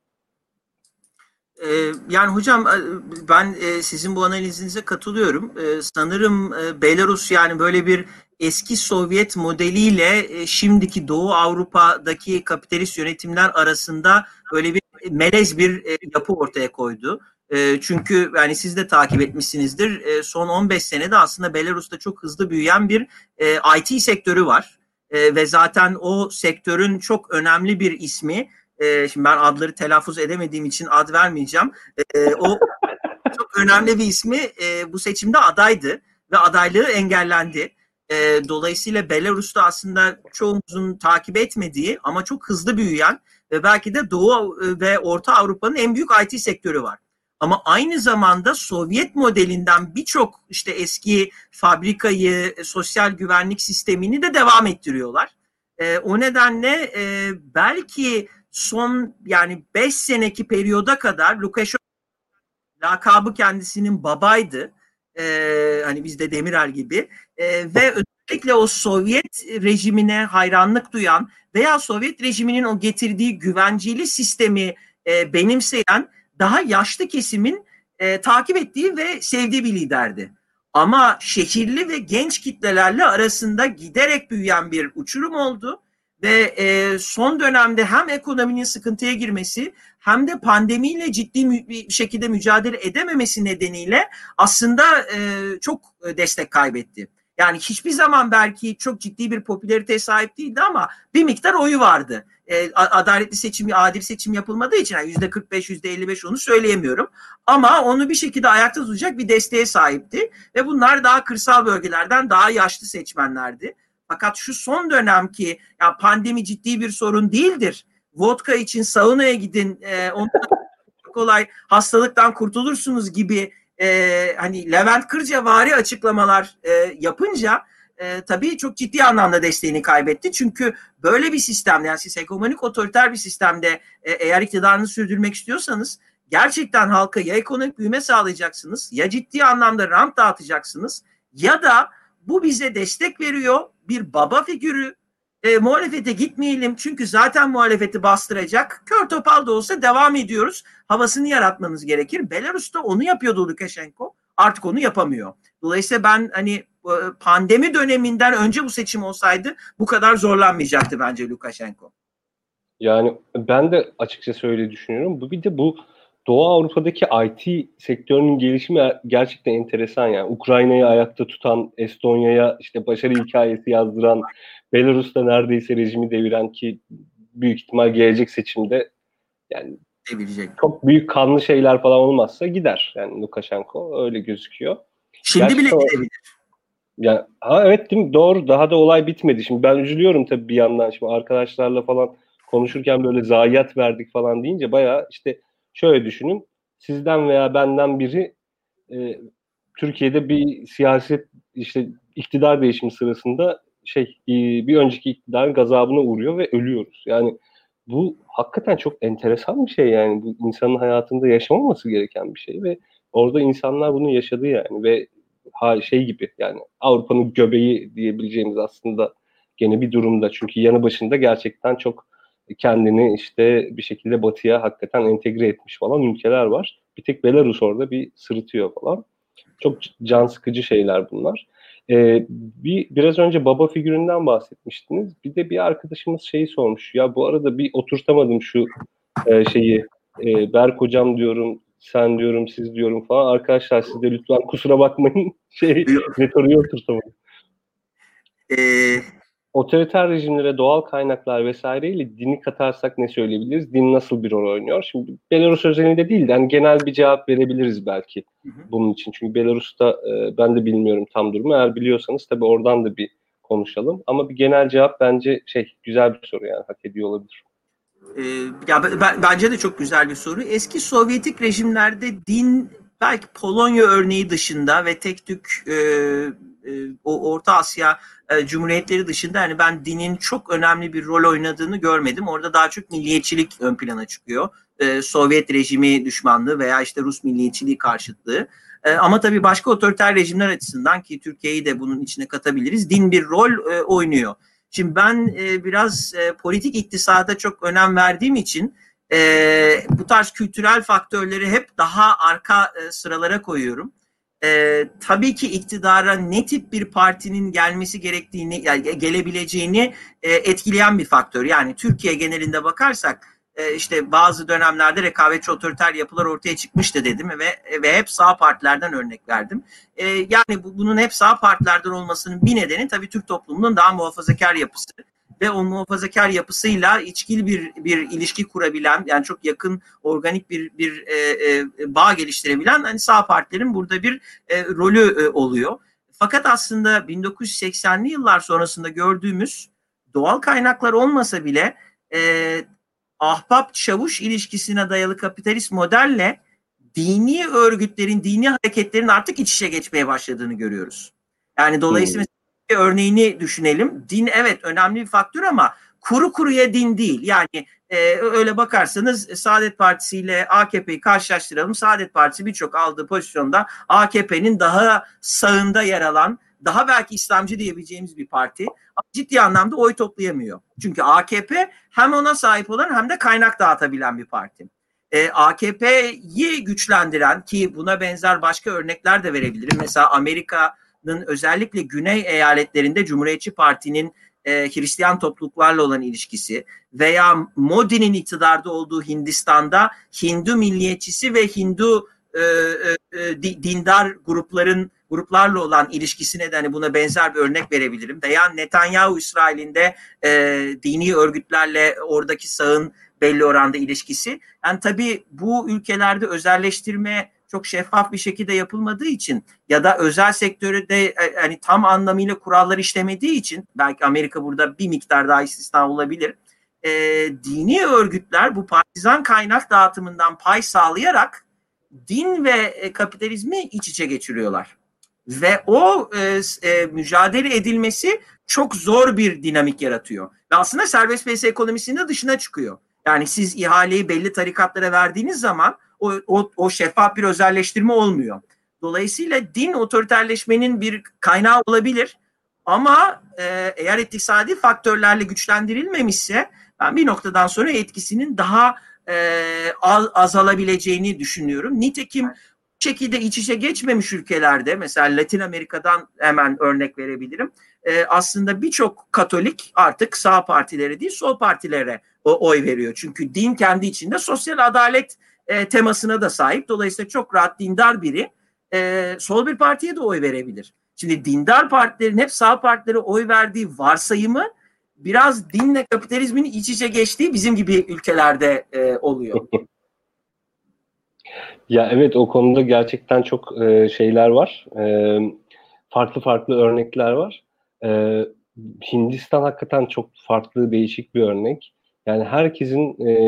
Ee, yani hocam ben e, sizin bu analizinize katılıyorum. Ee, sanırım e, Belarus yani böyle bir eski Sovyet modeliyle e, şimdiki Doğu Avrupa'daki kapitalist yönetimler arasında böyle bir melez bir e, yapı ortaya koydu. E, çünkü yani siz de takip etmişsinizdir. E, son on beş senede aslında Belarus'ta çok hızlı büyüyen bir e, I T sektörü var. E, ve zaten o sektörün çok önemli bir ismi, e, şimdi ben adları telaffuz edemediğim için ad vermeyeceğim. E, o çok önemli bir ismi e, bu seçimde adaydı ve adaylığı engellendi. E, dolayısıyla Belarus'ta aslında çoğumuzun takip etmediği ama çok hızlı büyüyen ve belki de Doğu ve Orta Avrupa'nın en büyük I T sektörü var. Ama aynı zamanda Sovyet modelinden birçok işte eski fabrikayı, sosyal güvenlik sistemini de devam ettiriyorlar. E, o nedenle e, belki son yani beş seneki periyoda kadar Lukashenko lakabı kendisinin babaydı. Ee, hani bizde Demirel gibi. Ee, ve özellikle o Sovyet rejimine hayranlık duyan veya Sovyet rejiminin o getirdiği güvenceli sistemi e, benimseyen daha yaşlı kesimin e, takip ettiği ve sevdiği bir liderdi. Ama şehirli ve genç kitlelerle arasında giderek büyüyen bir uçurum oldu ve e, son dönemde hem ekonominin sıkıntıya girmesi hem de pandemiyle ciddi bir şekilde mücadele edememesi nedeniyle aslında e, çok destek kaybetti. Yani hiçbir zaman belki çok ciddi bir popülariteye sahip değildi ama bir miktar oyu vardı. E, adaletli seçim, adil seçim yapılmadığı için yani yüzde kırk beş, yüzde elli beş onu söyleyemiyorum. Ama onu bir şekilde ayakta tutacak bir desteğe sahipti. Ve bunlar daha kırsal bölgelerden daha yaşlı seçmenlerdi. Fakat şu son dönemki ya pandemi ciddi bir sorun değildir. Vodka için saunaya gidin, e, ondan kolay hastalıktan kurtulursunuz gibi e, hani Levent Kırcavari açıklamalar e, yapınca e, tabii çok ciddi anlamda desteğini kaybetti. Çünkü böyle bir sistemde yani siz hegemonik otoriter bir sistemde e, eğer iktidarını sürdürmek istiyorsanız gerçekten halka ya ekonomik büyüme sağlayacaksınız ya ciddi anlamda rant dağıtacaksınız ya da bu bize destek veriyor bir baba figürü. E, muhalefete gitmeyelim çünkü zaten muhalefeti bastıracak. Kör topal da olsa devam ediyoruz. Havasını yaratmanız gerekir. Belarus'ta onu yapıyordu Lukashenko. Artık onu yapamıyor. Dolayısıyla ben hani pandemi döneminden önce bu seçim olsaydı bu kadar zorlanmayacaktı bence Lukashenko. Yani ben de açıkçası öyle düşünüyorum. Bu bir de bu Doğu Avrupa'daki I T sektörünün gelişimi gerçekten enteresan yani. Ukrayna'yı ayakta tutan, Estonya'ya işte başarı hikayesi yazdıran, Belarus'ta neredeyse rejimi deviren ki büyük ihtimal gelecek seçimde yani Devirecek. çok büyük kanlı şeyler falan olmazsa gider. Yani Lukashenko öyle gözüküyor. Şimdi Gerçi bile sonra, gidebilir. yani, ha evet değil mi? Doğru. Daha da olay bitmedi. Şimdi ben üzülüyorum tabii bir yandan. Şimdi arkadaşlarla falan konuşurken böyle zayiat verdik falan deyince bayağı işte şöyle düşünün. Sizden veya benden biri e, Türkiye'de bir siyaset işte iktidar değişimi sırasında şey e, bir önceki iktidarın gazabına uğruyor ve ölüyoruz. Yani bu hakikaten çok enteresan bir şey yani. Bu insanın hayatında yaşamaması gereken bir şey ve orada insanlar bunu yaşadı yani ve ha, şey gibi yani Avrupa'nın göbeği diyebileceğimiz aslında gene bir durumda. Çünkü yanı başında gerçekten çok kendini işte bir şekilde batıya hakikaten entegre etmiş falan ülkeler var. Bir tek Belarus orada bir sırıtıyor falan. Çok can sıkıcı şeyler bunlar. Ee, bir biraz önce baba figüründen bahsetmiştiniz. Bir de bir arkadaşımız şeyi sormuş. Ya bu arada bir oturtamadım şu e, şeyi. E, Berk hocam diyorum, sen diyorum, siz diyorum falan. Arkadaşlar siz de lütfen kusura bakmayın. Şey, retoruyu oturtamadım. Ee, Otoriter rejimlere doğal kaynaklar vesaireyle dini katarsak ne söyleyebiliriz? Din nasıl bir rol oynuyor? Şimdi Belarus özelinde değil de yani genel bir cevap verebiliriz belki hı hı. bunun için. Çünkü Belarus'ta e, ben de bilmiyorum tam durumu. Eğer biliyorsanız tabii oradan da bir konuşalım. Ama bir genel cevap bence şey güzel bir soru yani hak ediyor olabilir. Ee, ya ben, bence de çok güzel bir soru. Eski Sovyetik rejimlerde din belki Polonya örneği dışında ve tek tük e, e, o Orta Asya e, cumhuriyetleri dışında hani ben dinin çok önemli bir rol oynadığını görmedim. Orada daha çok milliyetçilik ön plana çıkıyor. E, Sovyet rejimi düşmanlığı veya işte Rus milliyetçiliği karşıtlığı. E, ama tabii başka otoriter rejimler açısından ki Türkiye'yi de bunun içine katabiliriz. Din bir rol e, oynuyor. Şimdi ben e, biraz e, politik iktisada çok önem verdiğim için e, bu tarz kültürel faktörleri hep daha arka e, sıralara koyuyorum. E, tabii ki iktidara ne tip bir partinin gelmesi gerektiğini, yani gelebileceğini e, etkileyen bir faktör. Yani Türkiye genelinde bakarsak e, işte bazı dönemlerde rekabetçi otoriter yapılar ortaya çıkmıştı dedim ve ve hep sağ partilerden örnek verdim. E, yani bu, bunun hep sağ partilerden olmasının bir nedeni tabii Türk toplumunun daha muhafazakar yapısı ve o muhafazakar yapısıyla içkili bir bir ilişki kurabilen, yani çok yakın organik bir bir e, e, bağ geliştirebilen hani sağ partilerin burada bir e, rolü e, oluyor. Fakat aslında bin dokuz yüz seksenli yıllar sonrasında gördüğümüz doğal kaynaklar olmasa bile e, ahbap-çavuş ilişkisine dayalı kapitalist modelle dini örgütlerin, dini hareketlerin artık iç içe geçmeye başladığını görüyoruz. Yani dolayısıyla bir örneğini düşünelim. Din evet önemli bir faktör ama kuru kuruya din değil. Yani e, öyle bakarsanız Saadet Partisi ile A K P'yi karşılaştıralım. Saadet Partisi birçok aldığı pozisyonda A K P'nin daha sağında yer alan, daha belki İslamcı diyebileceğimiz bir parti. Ama ciddi anlamda oy toplayamıyor. Çünkü A K P hem ona sahip olan hem de kaynak dağıtabilen bir parti. E, A K P'yi güçlendiren ki buna benzer başka örnekler de verebilirim. Mesela Amerika'nın özellikle güney eyaletlerinde Cumhuriyetçi Parti'nin e, Hristiyan topluluklarla olan ilişkisi veya Modi'nin iktidarda olduğu Hindistan'da Hindu milliyetçisi ve Hindu e, e, dindar grupların gruplarla olan ilişkisine de hani buna benzer bir örnek verebilirim. Veya Netanyahu İsrail'inde e, dini örgütlerle oradaki sağın belli oranda ilişkisi. Yani tabii bu ülkelerde özelleştirme çok şeffaf bir şekilde yapılmadığı için ya da özel sektörde hani tam anlamıyla kurallar işlemediği için belki Amerika burada bir miktar daha istisna olabilir. E, dini örgütler bu partizan kaynak dağıtımından pay sağlayarak din ve e, kapitalizmi iç içe geçiriyorlar. Ve o e, e, mücadele edilmesi çok zor bir dinamik yaratıyor. Ve aslında serbest piyasa ekonomisinin dışına çıkıyor. Yani siz ihaleyi belli tarikatlara verdiğiniz zaman o, o, o şeffaf bir özelleştirme olmuyor. Dolayısıyla din otoriterleşmenin bir kaynağı olabilir. Ama e, eğer iktisadi faktörlerle güçlendirilmemişse ben bir noktadan sonra etkisinin daha e, azalabileceğini düşünüyorum. Nitekim şekilde iç içe geçmemiş ülkelerde, mesela Latin Amerika'dan hemen örnek verebilirim. E, aslında birçok Katolik artık sağ partilere değil sol partilere o, oy veriyor. Çünkü din kendi içinde sosyal adalet e, temasına da sahip. Dolayısıyla çok rahat dindar biri e, sol bir partiye de oy verebilir. Şimdi dindar partilerin hep sağ partilere oy verdiği varsayımı biraz dinle kapitalizmin iç içe geçtiği bizim gibi ülkelerde e, oluyor. Ya evet, o konuda gerçekten çok e, şeyler var. E, farklı farklı örnekler var. E, Hindistan hakikaten çok farklı, değişik bir örnek. Yani herkesin e,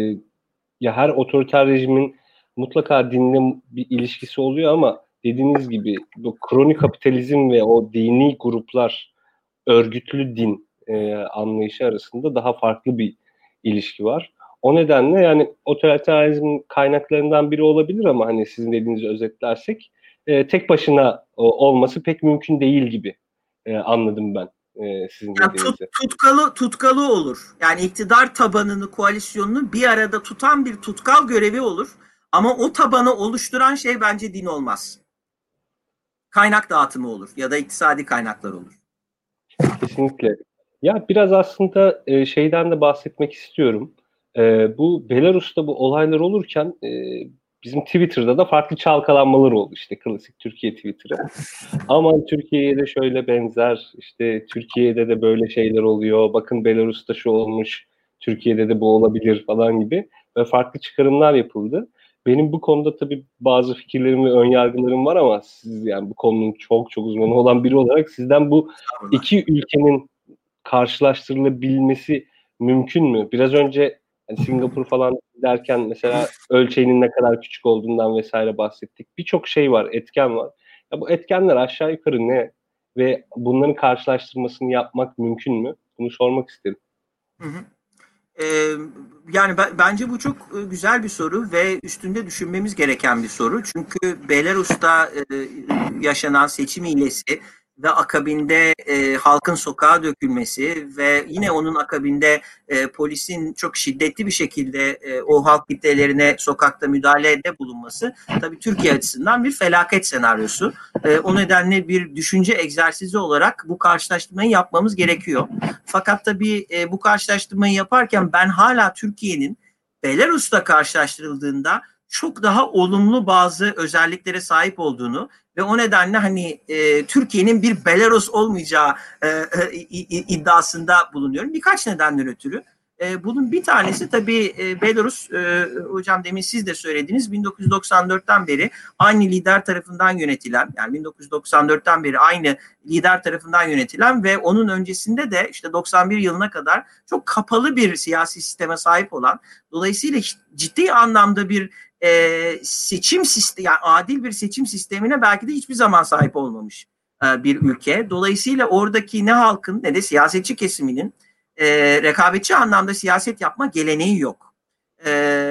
ya her otoriter rejimin mutlaka dinle bir ilişkisi oluyor ama dediğiniz gibi bu kronik kapitalizm ve o dini gruplar, örgütlü din e, anlayışı arasında daha farklı bir ilişki var. O nedenle yani otoriterizmin kaynaklarından biri olabilir ama hani sizin dediğinizi özetlersek e, tek başına o, olması pek mümkün değil gibi e, anladım ben e, sizin Yani tut, dediğinizi. tutkalı tutkalı olur. Yani iktidar tabanını, koalisyonunu bir arada tutan bir tutkal görevi olur. Ama o tabanı oluşturan şey bence din olmaz. Kaynak dağıtımı olur ya da iktisadi kaynaklar olur. Kesinlikle. Ya biraz aslında e, şeyden de bahsetmek istiyorum. E, bu Belarus'ta bu olaylar olurken e, bizim Twitter'da da farklı çalkalanmalar oldu, işte klasik Türkiye Twitter'ı. Aman Türkiye'ye de şöyle benzer, işte Türkiye'de de böyle şeyler oluyor, bakın Belarus'ta şu olmuş, Türkiye'de de bu olabilir falan gibi ve farklı çıkarımlar yapıldı. Benim bu konuda tabii bazı fikirlerim ve önyargılarım var ama siz yani bu konunun çok çok uzmanı olan biri olarak sizden bu iki ülkenin karşılaştırılabilmesi mümkün mü? Biraz önce hani Singapur falan derken mesela ölçeğinin ne kadar küçük olduğundan vesaire bahsettik. Birçok şey var, etken var. Ya bu etkenler aşağı yukarı ne? Ve bunların karşılaştırmasını yapmak mümkün mü? Bunu sormak isterim. Hı hı. Ee, yani ben, bence bu çok e, güzel bir soru ve üstünde düşünmemiz gereken bir soru. Çünkü Belarus'ta e, yaşanan seçim hilesi ve akabinde e, halkın sokağa dökülmesi ve yine onun akabinde e, polisin çok şiddetli bir şekilde e, o halk kitlelerine sokakta müdahalede bulunması tabii Türkiye açısından bir felaket senaryosu. E, o nedenle bir düşünce egzersizi olarak bu karşılaştırmayı yapmamız gerekiyor. Fakat tabii e, bu karşılaştırmayı yaparken ben hala Türkiye'nin Belarus'ta karşılaştırıldığında çok daha olumlu bazı özelliklere sahip olduğunu ve o nedenle hani e, Türkiye'nin bir Belarus olmayacağı e, e, iddiasında bulunuyorum. Birkaç nedenden ötürü. E, bunun bir tanesi tabii e, Belarus, e, hocam demin siz de söylediniz, bin dokuz yüz doksan dörtten beri aynı lider tarafından yönetilen, yani bin dokuz yüz doksan dörtten beri aynı lider tarafından yönetilen ve onun öncesinde de işte doksan bir yılına kadar çok kapalı bir siyasi sisteme sahip olan, dolayısıyla ciddi anlamda bir e, seçim sistemi, yani adil bir seçim sistemine belki de hiçbir zaman sahip olmamış e, bir ülke. Dolayısıyla oradaki ne halkın ne de siyasetçi kesiminin e, rekabetçi anlamda siyaset yapma geleneği yok. E,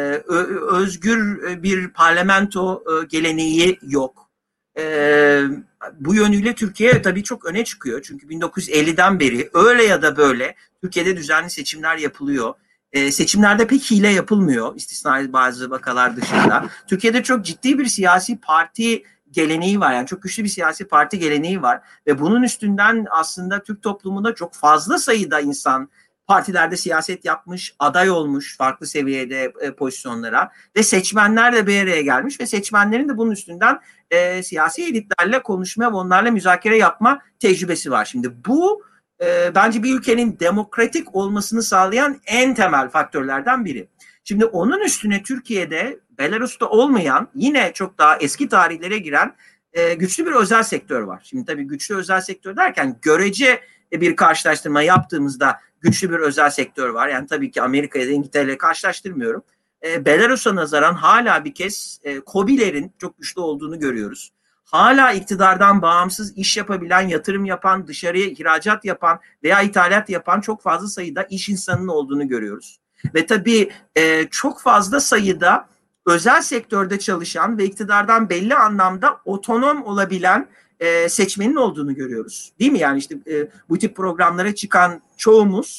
özgür bir parlamento e, geleneği yok. E, bu yönüyle Türkiye tabii çok öne çıkıyor. Çünkü bin dokuz yüz elliden beri öyle ya da böyle Türkiye'de düzenli seçimler yapılıyor. E, seçimlerde pek hile yapılmıyor, istisnai bazı vakalar dışında. Türkiye'de çok ciddi bir siyasi parti geleneği var. Yani çok güçlü bir siyasi parti geleneği var. Ve bunun üstünden aslında Türk toplumunda çok fazla sayıda insan partilerde siyaset yapmış, aday olmuş farklı seviyede e, pozisyonlara ve seçmenler de bir araya gelmiş ve seçmenlerin de bunun üstünden e, siyasi elitlerle konuşma ve onlarla müzakere yapma tecrübesi var. Şimdi bu e, bence bir ülkenin demokratik olmasını sağlayan en temel faktörlerden biri. Şimdi onun üstüne Türkiye'de Belarus'ta olmayan, yine çok daha eski tarihlere giren e, güçlü bir özel sektör var. Şimdi tabii güçlü özel sektör derken görece bir karşılaştırma yaptığımızda güçlü bir özel sektör var. Yani tabii ki Amerika ya da İngiltere ile karşılaştırmıyorum. E, Belarus'a nazaran hala bir kez e, KOBİ'lerin çok güçlü olduğunu görüyoruz. Hala iktidardan bağımsız iş yapabilen, yatırım yapan, dışarıya ihracat yapan veya ithalat yapan çok fazla sayıda iş insanının olduğunu görüyoruz. Ve tabii e, çok fazla sayıda özel sektörde çalışan ve iktidardan belli anlamda otonom olabilen e, seçmenin olduğunu görüyoruz. Değil mi? Yani işte e, bu tip programlara çıkan çoğumuz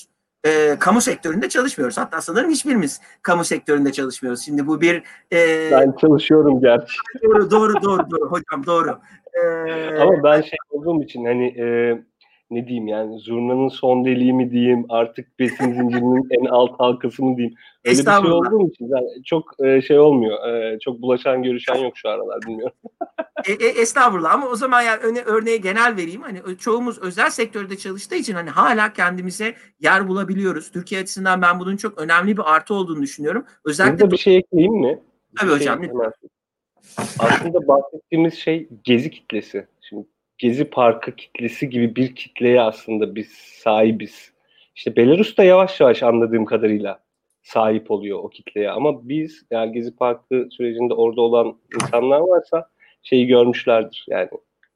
e, kamu sektöründe çalışmıyoruz. Hatta sanırım hiçbirimiz kamu sektöründe çalışmıyoruz. Şimdi bu bir e, Ben çalışıyorum gerçi. doğru doğru doğru doğru hocam doğru. E, Ama ben şey olduğum için hani e, ne diyeyim yani zurnanın son deliği mi diyeyim artık besin zincirinin en alt halkası mı diyeyim. Öyle bir şey Estağfurullah. olduğum için yani çok e, şey olmuyor. E, çok bulaşan görüşen yok şu aralar bilmiyorum. E, e, estağfurullah ama o zaman yani öne, örneği genel vereyim. Hani çoğumuz özel sektörde çalıştığı için hani hala kendimize yer bulabiliyoruz. Türkiye açısından ben bunun çok önemli bir artı olduğunu düşünüyorum. Özellikle Burada bir şey ekleyeyim mi? tabii Bir şey hocam. hemen. Aslında bahsettiğimiz şey gezi kitlesi. Şimdi Gezi Parkı kitlesi gibi bir kitleye aslında biz sahibiz. İşte Belarus da yavaş yavaş anladığım kadarıyla sahip oluyor o kitleye. Ama biz yani Gezi Parkı sürecinde orada olan insanlar varsa şeyi görmüşlerdir. Yani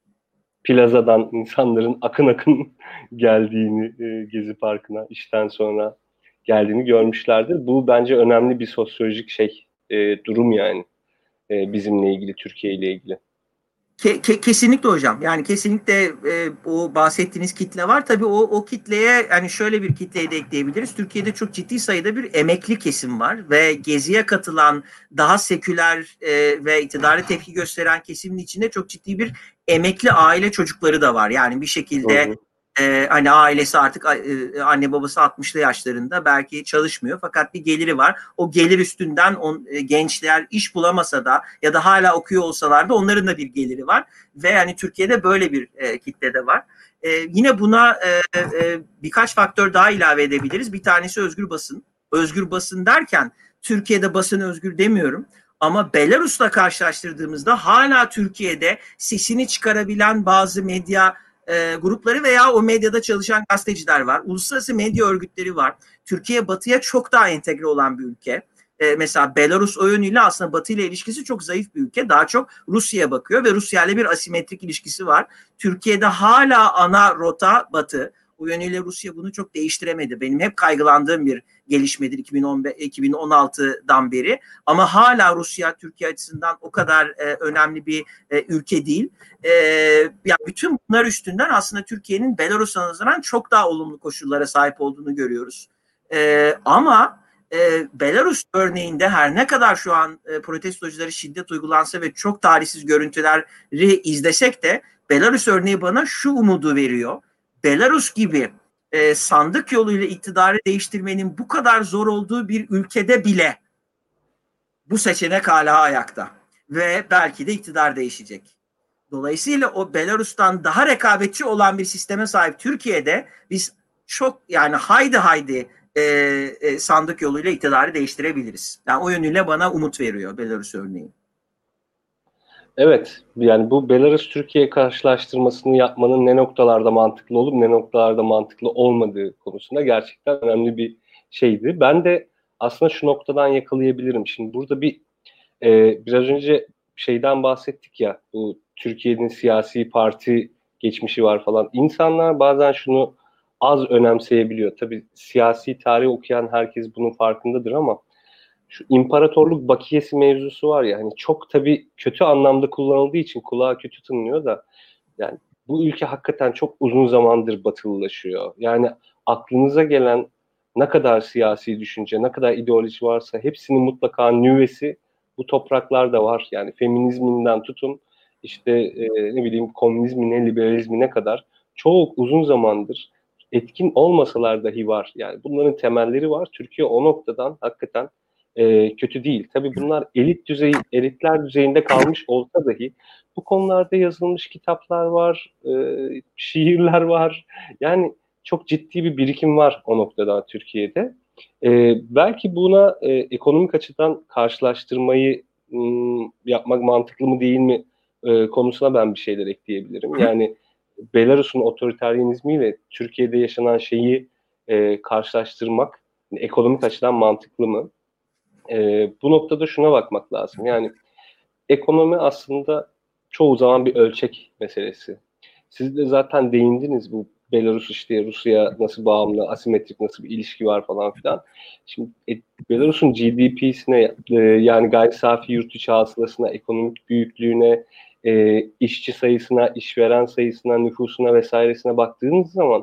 plazadan insanların akın akın geldiğini e, Gezi Parkı'na işten sonra geldiğini görmüşlerdir. Bu bence önemli bir sosyolojik şey e, durum yani e, bizimle ilgili, Türkiye ile ilgili. Ke, ke, kesinlikle hocam. Yani kesinlikle e, o bahsettiğiniz kitle var. Tabii o, o kitleye yani şöyle bir kitleyi de ekleyebiliriz. Türkiye'de çok ciddi sayıda bir emekli kesim var ve geziye katılan daha seküler e, ve iktidara tepki gösteren kesimin içinde çok ciddi bir emekli aile çocukları da var. Yani bir şekilde Hı hı. Ee, hani ailesi artık e, anne babası altmışlı yaşlarında belki çalışmıyor fakat bir geliri var. O gelir üstünden on, e, gençler iş bulamasa da ya da hala okuyor olsalar da onların da bir geliri var ve yani Türkiye'de böyle bir e, kitle de var. E, yine buna e, e, birkaç faktör daha ilave edebiliriz. Bir tanesi özgür basın. Özgür basın derken Türkiye'de basın özgür demiyorum. Ama Belarus'la karşılaştırdığımızda hala Türkiye'de sesini çıkarabilen bazı medya e, grupları veya o medyada çalışan gazeteciler var. Uluslararası medya örgütleri var. Türkiye batıya çok daha entegre olan bir ülke. E, mesela Belarus o yönüyle aslında batı ile ilişkisi çok zayıf bir ülke. Daha çok Rusya'ya bakıyor ve Rusya ile bir asimetrik ilişkisi var. Türkiye'de hala ana rota batı. O yönüyle Rusya bunu çok değiştiremedi. Benim hep kaygılandığım bir gelişmedir iki bin on beş, iki bin on altıdan beri. Ama hala Rusya Türkiye açısından o kadar e, önemli bir e, ülke değil. E, yani bütün bunlar üstünden aslında Türkiye'nin Belarus'a nazaran çok daha olumlu koşullara sahip olduğunu görüyoruz. E, ama e, Belarus örneğinde her ne kadar şu an e, protestoculara şiddet uygulansa ve çok talihsiz görüntüleri izlesek de Belarus örneği bana şu umudu veriyor. Belarus gibi e, sandık yoluyla iktidarı değiştirmenin bu kadar zor olduğu bir ülkede bile bu seçenek hala ayakta ve belki de iktidar değişecek. Dolayısıyla o Belarus'tan daha rekabetçi olan bir sisteme sahip Türkiye'de biz çok yani haydi haydi e, e, sandık yoluyla iktidarı değiştirebiliriz. Yani o yönüyle bana umut veriyor Belarus örneği. Evet, yani bu Belarus-Türkiye karşılaştırmasını yapmanın ne noktalarda mantıklı olup ne noktalarda mantıklı olmadığı konusunda gerçekten önemli bir şeydi. Ben de aslında şu noktadan yakalayabilirim. Şimdi burada bir e, biraz önce şeyden bahsettik ya, bu Türkiye'nin siyasi parti geçmişi var falan. İnsanlar bazen şunu az önemseyebiliyor. Tabii siyasi tarih okuyan herkes bunun farkındadır ama şu imparatorluk bakiyesi mevzusu var ya hani çok tabii kötü anlamda kullanıldığı için kulağa kötü tınlıyor da yani bu ülke hakikaten çok uzun zamandır batılılaşıyor. Yani aklınıza gelen ne kadar siyasi düşünce, ne kadar ideoloji varsa hepsinin mutlaka nüvesi bu topraklarda var. Yani feminizminden tutun işte e, ne bileyim komünizmine, liberalizmine kadar çok uzun zamandır etkin olmasalar dahi var. Yani bunların temelleri var. Türkiye o noktadan hakikaten e, kötü değil. Tabii bunlar elit düzey, elitler düzeyinde kalmış olsa dahi bu konularda yazılmış kitaplar var, e, şiirler var. Yani çok ciddi bir birikim var o noktada Türkiye'de. E, belki buna e, ekonomik açıdan karşılaştırmayı m, yapmak mantıklı mı değil mi e, konusuna ben bir şeyler ekleyebilirim. Yani Belarus'un otoriteryenizmiyle Türkiye'de yaşanan şeyi e, karşılaştırmak ekonomik açıdan mantıklı mı? E, bu noktada şuna bakmak lazım. Yani ekonomi aslında çoğu zaman bir ölçek meselesi. Siz de zaten değindiniz bu Belarus işte Rusya nasıl bağımlı, asimetrik nasıl bir ilişki var falan filan. Şimdi e, Belarus'un G D P'sine e, yani gayri safi yurt içi hasılasına, ekonomik büyüklüğüne, e, işçi sayısına, işveren sayısına, nüfusuna vesairesine baktığınız zaman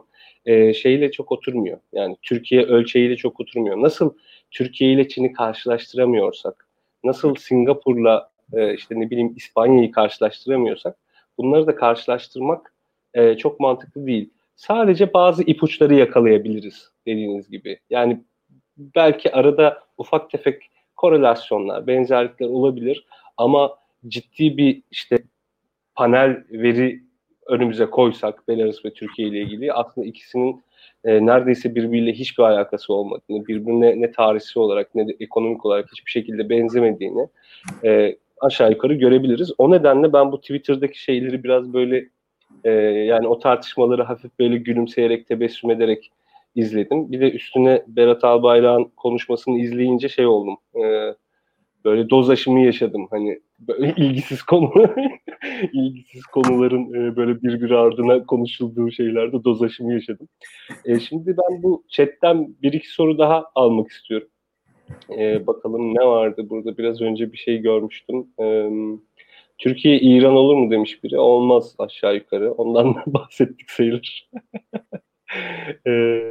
e, şeyle çok oturmuyor. Yani Türkiye ölçeğiyle çok oturmuyor. Nasıl Türkiye ile Çin'i karşılaştıramıyorsak, nasıl Singapur'la e, işte ne bileyim İspanya'yı karşılaştıramıyorsak, bunları da karşılaştırmak e, çok mantıklı değil. Sadece bazı ipuçları yakalayabiliriz dediğiniz gibi. Yani belki arada ufak tefek korelasyonlar, benzerlikler olabilir ama ciddi bir işte panel veri önümüze koysak Belarus ve Türkiye ile ilgili aslında ikisinin e, neredeyse birbiriyle hiçbir alakası olmadığını, birbirine ne tarihsel olarak ne de ekonomik olarak hiçbir şekilde benzemediğini e, aşağı yukarı görebiliriz. O nedenle ben bu Twitter'daki şeyleri biraz böyle e, yani o tartışmaları hafif böyle gülümseyerek, tebessüm ederek izledim. Bir de üstüne Berat Albayrak'ın konuşmasını izleyince şey oldum. E, böyle doz aşımı yaşadım. Hani böyle ilgisiz konu ilgisiz konuların e, böyle birbiri ardına konuşulduğu şeylerde doz aşımı yaşadım. E, şimdi ben bu chatten bir iki soru daha almak istiyorum. E, bakalım ne vardı burada? Biraz önce bir şey görmüştüm. E, Türkiye İran olur mu demiş biri. Olmaz aşağı yukarı. Ondan da bahsettik sayılır. e,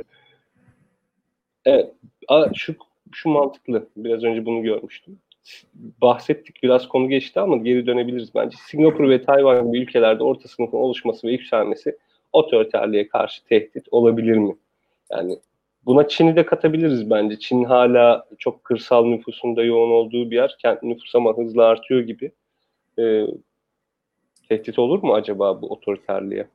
evet. A, şu, şu mantıklı. Biraz önce bunu görmüştüm. Bahsettik, biraz konu geçti ama geri dönebiliriz bence. Singapur ve Tayvan gibi ülkelerde orta sınıfın oluşması ve yükselmesi otoriterliğe karşı tehdit olabilir mi? Yani buna Çin'i de katabiliriz bence. Çin hala çok kırsal nüfusunda yoğun olduğu bir yer. Kent nüfusu ama hızla artıyor gibi. Ee, tehdit olur mu acaba bu otoriterliğe?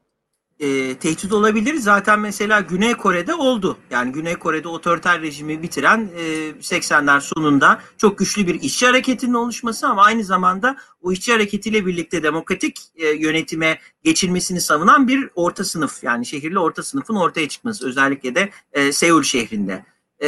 E, tehdit olabilir. Zaten mesela Güney Kore'de oldu. Yani Güney Kore'de otoriter rejimi bitiren e, seksenler sonunda çok güçlü bir işçi hareketinin oluşması ama aynı zamanda o işçi hareketiyle birlikte demokratik e, yönetime geçilmesini savunan bir orta sınıf, yani şehirli orta sınıfın ortaya çıkması. Özellikle de e, Seul şehrinde.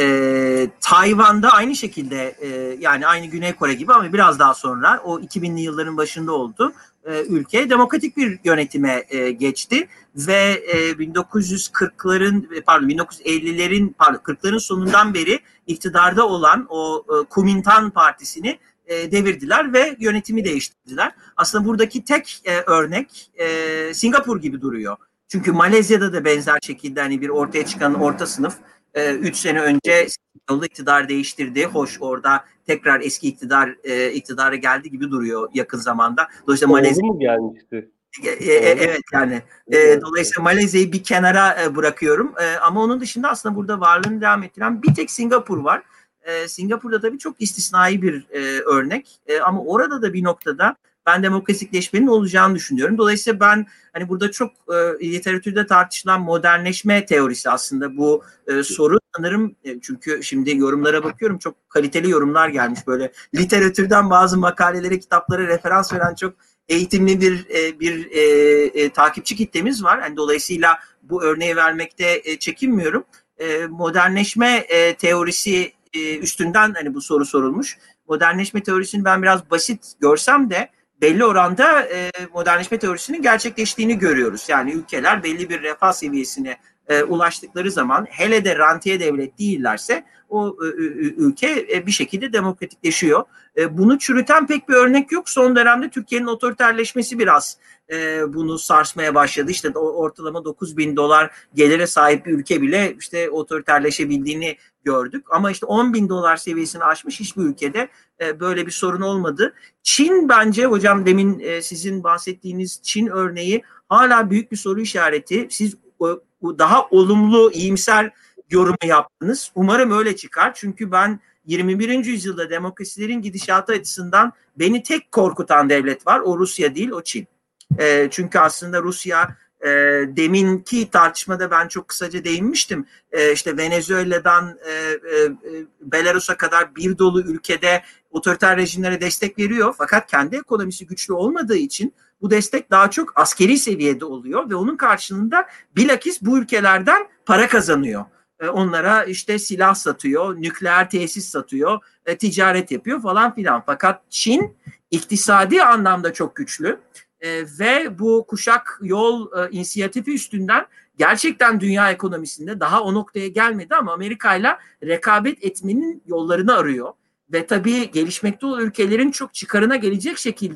E, Tayvan'da aynı şekilde e, yani aynı Güney Kore gibi ama biraz daha sonra o iki binli yılların başında oldu. E, ülke demokratik bir yönetime e, geçti ve e, bin dokuz yüz kırkların pardon bin dokuz yüz ellilerin pardon kırkların sonundan beri iktidarda olan o e, Kuomintang partisini e, devirdiler ve yönetimi değiştirdiler. Aslında buradaki tek e, örnek e, Singapur gibi duruyor. Çünkü Malezya'da da benzer şekilde hani bir ortaya çıkan orta sınıf üç sene önce yolda iktidar değiştirdi. Hoş orada tekrar eski iktidar e, iktidara geldi gibi duruyor yakın zamanda. Dolayısıyla Malezya mu gelmişti? E, e, evet yani e, dolayısıyla Malezya'yı bir kenara e, bırakıyorum e, ama onun dışında aslında burada varlığını devam ettiren bir tek Singapur var. E, Singapur'da tabii çok istisnai bir e, örnek e, ama orada da bir noktada ben demokratikleşmenin olacağını düşünüyorum. Dolayısıyla ben hani burada çok e, literatürde tartışılan modernleşme teorisi aslında bu e, soru sanırım e, çünkü şimdi yorumlara bakıyorum çok kaliteli yorumlar gelmiş böyle literatürden bazı makalelere, kitaplara referans veren çok eğitimli bir e, bir e, e, takipçi kitlemiz var. Yani dolayısıyla bu örneği vermekte e, çekinmiyorum. E, modernleşme e, teorisi e, üstünden hani bu soru sorulmuş. Modernleşme teorisini ben biraz basit görsem de belli oranda e, modernleşme teorisinin gerçekleştiğini görüyoruz. Yani ülkeler belli bir refah seviyesine e, ulaştıkları zaman hele de rantiye devlet değillerse o e, ülke e, bir şekilde demokratikleşiyor. E, bunu çürüten pek bir örnek yok. Son dönemde Türkiye'nin otoriterleşmesi biraz e, bunu sarsmaya başladı. İşte ortalama dokuz bin dolar gelire sahip bir ülke bile işte otoriterleşebildiğini gördük. Ama işte on bin dolar seviyesini aşmış hiçbir ülkede e, böyle bir sorun olmadı. Çin bence hocam demin e, sizin bahsettiğiniz Çin örneği hala büyük bir soru işareti. Siz o, o daha olumlu, iyimser yorumu yaptınız. Umarım öyle çıkar. Çünkü ben yirmi birinci yüzyılda demokrasilerin gidişatı açısından beni tek korkutan devlet var. O Rusya değil, o Çin. E, çünkü aslında Rusya e, deminki tartışmada ben çok kısaca değinmiştim. E, işte Venezuela'dan e, e, Belarus'a kadar bir dolu ülkede otoriter rejimlere destek veriyor. Fakat kendi ekonomisi güçlü olmadığı için bu destek daha çok askeri seviyede oluyor ve onun karşılığında bilakis bu ülkelerden para kazanıyor. Onlara işte silah satıyor, nükleer tesis satıyor, e, ticaret yapıyor falan filan. Fakat Çin iktisadi anlamda çok güçlü e, ve bu kuşak yol e, inisiyatifi üstünden gerçekten dünya ekonomisinde daha o noktaya gelmedi ama Amerika ile rekabet etmenin yollarını arıyor. Ve tabii gelişmekte olan ülkelerin çok çıkarına gelecek şekilde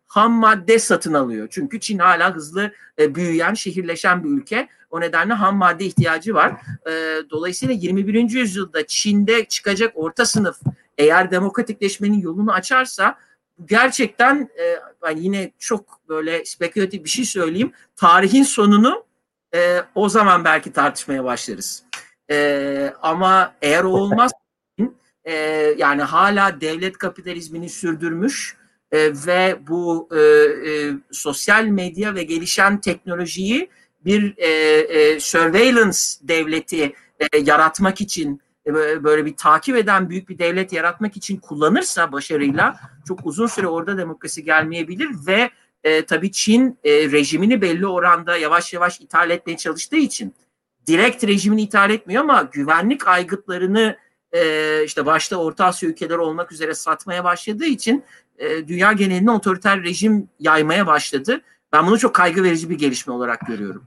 ham madde satın alıyor. Çünkü Çin hala hızlı e, büyüyen, şehirleşen bir ülke. O nedenle ham madde ihtiyacı var. E, dolayısıyla yirmi birinci yüzyılda Çin'de çıkacak orta sınıf eğer demokratikleşmenin yolunu açarsa gerçekten e, ben yine çok böyle spekülatif bir şey söyleyeyim. Tarihin sonunu e, o zaman belki tartışmaya başlarız. E, ama eğer o olmaz e, yani hala devlet kapitalizmini sürdürmüş e, ve bu e, e, sosyal medya ve gelişen teknolojiyi bir e, e, surveillance devleti e, yaratmak için e, böyle bir takip eden büyük bir devlet yaratmak için kullanırsa başarıyla çok uzun süre orada demokrasi gelmeyebilir ve e, tabii Çin e, rejimini belli oranda yavaş yavaş ithal etmeye çalıştığı için direkt rejimini ithal etmiyor ama güvenlik aygıtlarını e, işte başta Orta Asya ülkeleri olmak üzere satmaya başladığı için e, dünya genelinde otoriter rejim yaymaya başladı. Ben bunu çok kaygı verici bir gelişme olarak görüyorum.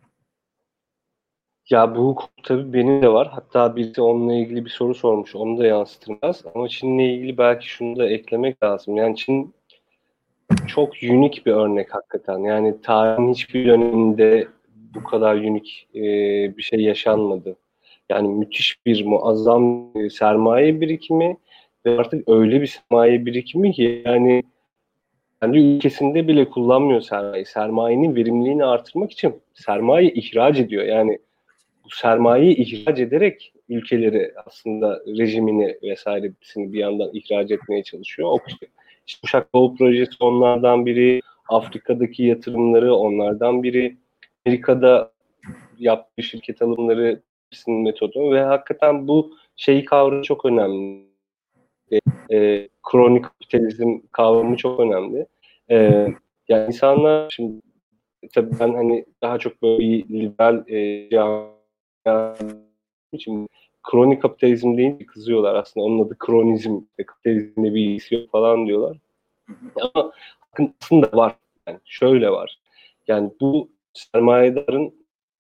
Ya bu tabii benim de var. Hatta birisi onunla ilgili bir soru sormuş. Onu da yansıtırmaz. Ama Çin'le ilgili belki şunu da eklemek lazım. Yani Çin çok unik bir örnek hakikaten. Yani tarihin hiçbir döneminde bu kadar unik e, bir şey yaşanmadı. Yani müthiş bir muazzam e, sermaye birikimi ve artık öyle bir sermaye birikimi ki yani kendi ülkesinde bile kullanmıyor sermayeyi. Sermayenin verimliliğini artırmak için sermaye ihraç ediyor. Yani bu sermayeyi ihraç ederek ülkeleri aslında rejimini vesairesini bir yandan ihraç etmeye çalışıyor. O işte Uşak Doğu projesi onlardan biri, Afrika'daki yatırımları onlardan biri, Amerika'da yaptığı şirket alımları metodu ve hakikaten bu şeyi kavramı çok önemli. E, kronik kapitalizm kavramı çok önemli. E, yani insanlar şimdi tabii ben hani daha çok böyle liberal e, için kronik kapitalizm deyince kızıyorlar. Aslında onun adı kronizm. Kapitalizmle bir ilgisi yok falan diyorlar. Ama aslında var. Yani şöyle var. Yani bu sermayedarın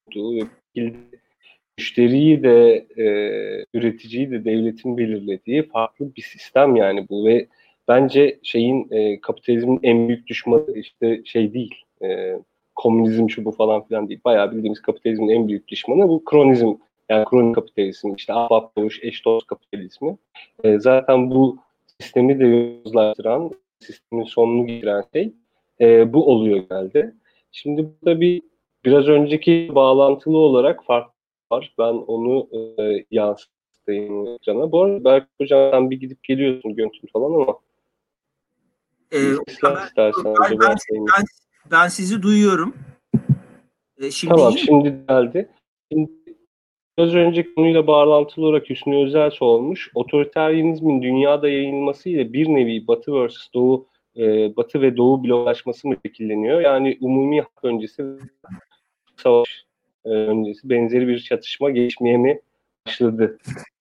müşteriyi de e, üreticiyi de devletin belirlediği farklı bir sistem yani bu ve bence şeyin e, kapitalizmin en büyük düşmanı işte şey değil. E, komünizm şu bu falan filan değil. Bayağı bildiğimiz kapitalizmin en büyük düşmanı bu kronizm. Yani kronik kapitalizm, işte ahbap doğuş, eş dost kapitalizmi. E, zaten bu sistemi de yozlaştıran, sistemin sonunu getiren şey e, bu oluyor genelde. Şimdi burada bir biraz önceki bağlantılı olarak farklı var. Ben onu e, yansıtayım ekrana. Bu arada Berk Hocam sen bir gidip geliyorsun görüntün falan ama Ee, ben, istersen ben, ben, ben, ben sizi duyuyorum. Ee, şimdi tamam iyi şimdi geldi. Şimdi biraz önceki konuyla bağlantılı olarak Hüsnü Özel olmuş. Otoriteryenizmin dünyada yayılmasıyla bir nevi Batı versus Doğu, e, Batı ve Doğu bloklaşması mı şekilleniyor? Yani umumi hak öncesi savaş e, öncesi benzeri bir çatışma geçmeye mi başladı?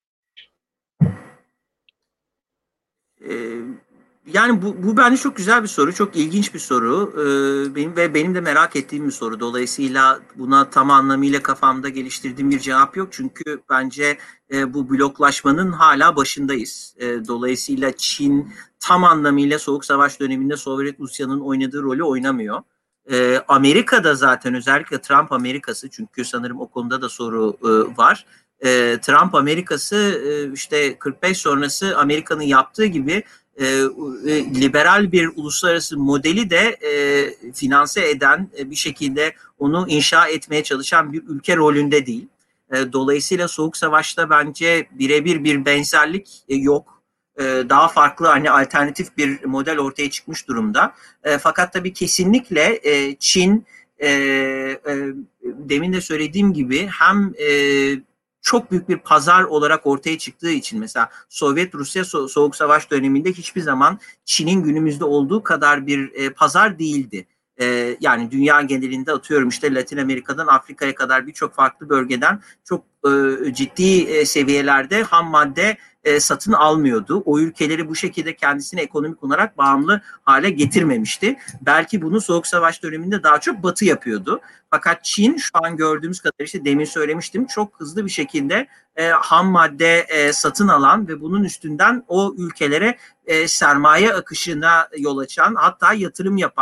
Ee, yani bu, bu bence çok güzel bir soru, çok ilginç bir soru. Ee, benim ve benim de merak ettiğim bir soru. Dolayısıyla buna tam anlamıyla kafamda geliştirdiğim bir cevap yok. Çünkü bence e, bu bloklaşmanın hala başındayız. E, dolayısıyla Çin tam anlamıyla Soğuk Savaş döneminde Sovyet Rusya'nın oynadığı rolü oynamıyor. E, Amerika'da zaten özellikle Trump Amerikası, çünkü sanırım o konuda da soru e, var. E, Trump Amerikası e, işte kırk beş sonrası Amerika'nın yaptığı gibi e, liberal bir uluslararası modeli de e, finanse eden e, bir şekilde onu inşa etmeye çalışan bir ülke rolünde değil. E, dolayısıyla Soğuk Savaş'ta bence birebir bir benzerlik e, yok. E, daha farklı hani alternatif bir model ortaya çıkmış durumda. E, fakat tabii kesinlikle e, Çin e, e, demin de söylediğim gibi hem e, çok büyük bir pazar olarak ortaya çıktığı için mesela Sovyet Rusya so- Soğuk Savaş döneminde hiçbir zaman Çin'in günümüzde olduğu kadar bir e, pazar değildi. E, yani dünya genelinde atıyorum işte Latin Amerika'dan Afrika'ya kadar birçok farklı bölgeden çok e, ciddi e, seviyelerde ham madde e, satın almıyordu. O ülkeleri bu şekilde kendisine ekonomik olarak bağımlı hale getirmemişti. Belki bunu Soğuk Savaş döneminde daha çok Batı yapıyordu. Fakat Çin şu an gördüğümüz kadarıyla işte demin söylemiştim çok hızlı bir şekilde e, ham madde e, satın alan ve bunun üstünden o ülkelere e, sermaye akışına yol açan hatta yatırım yapan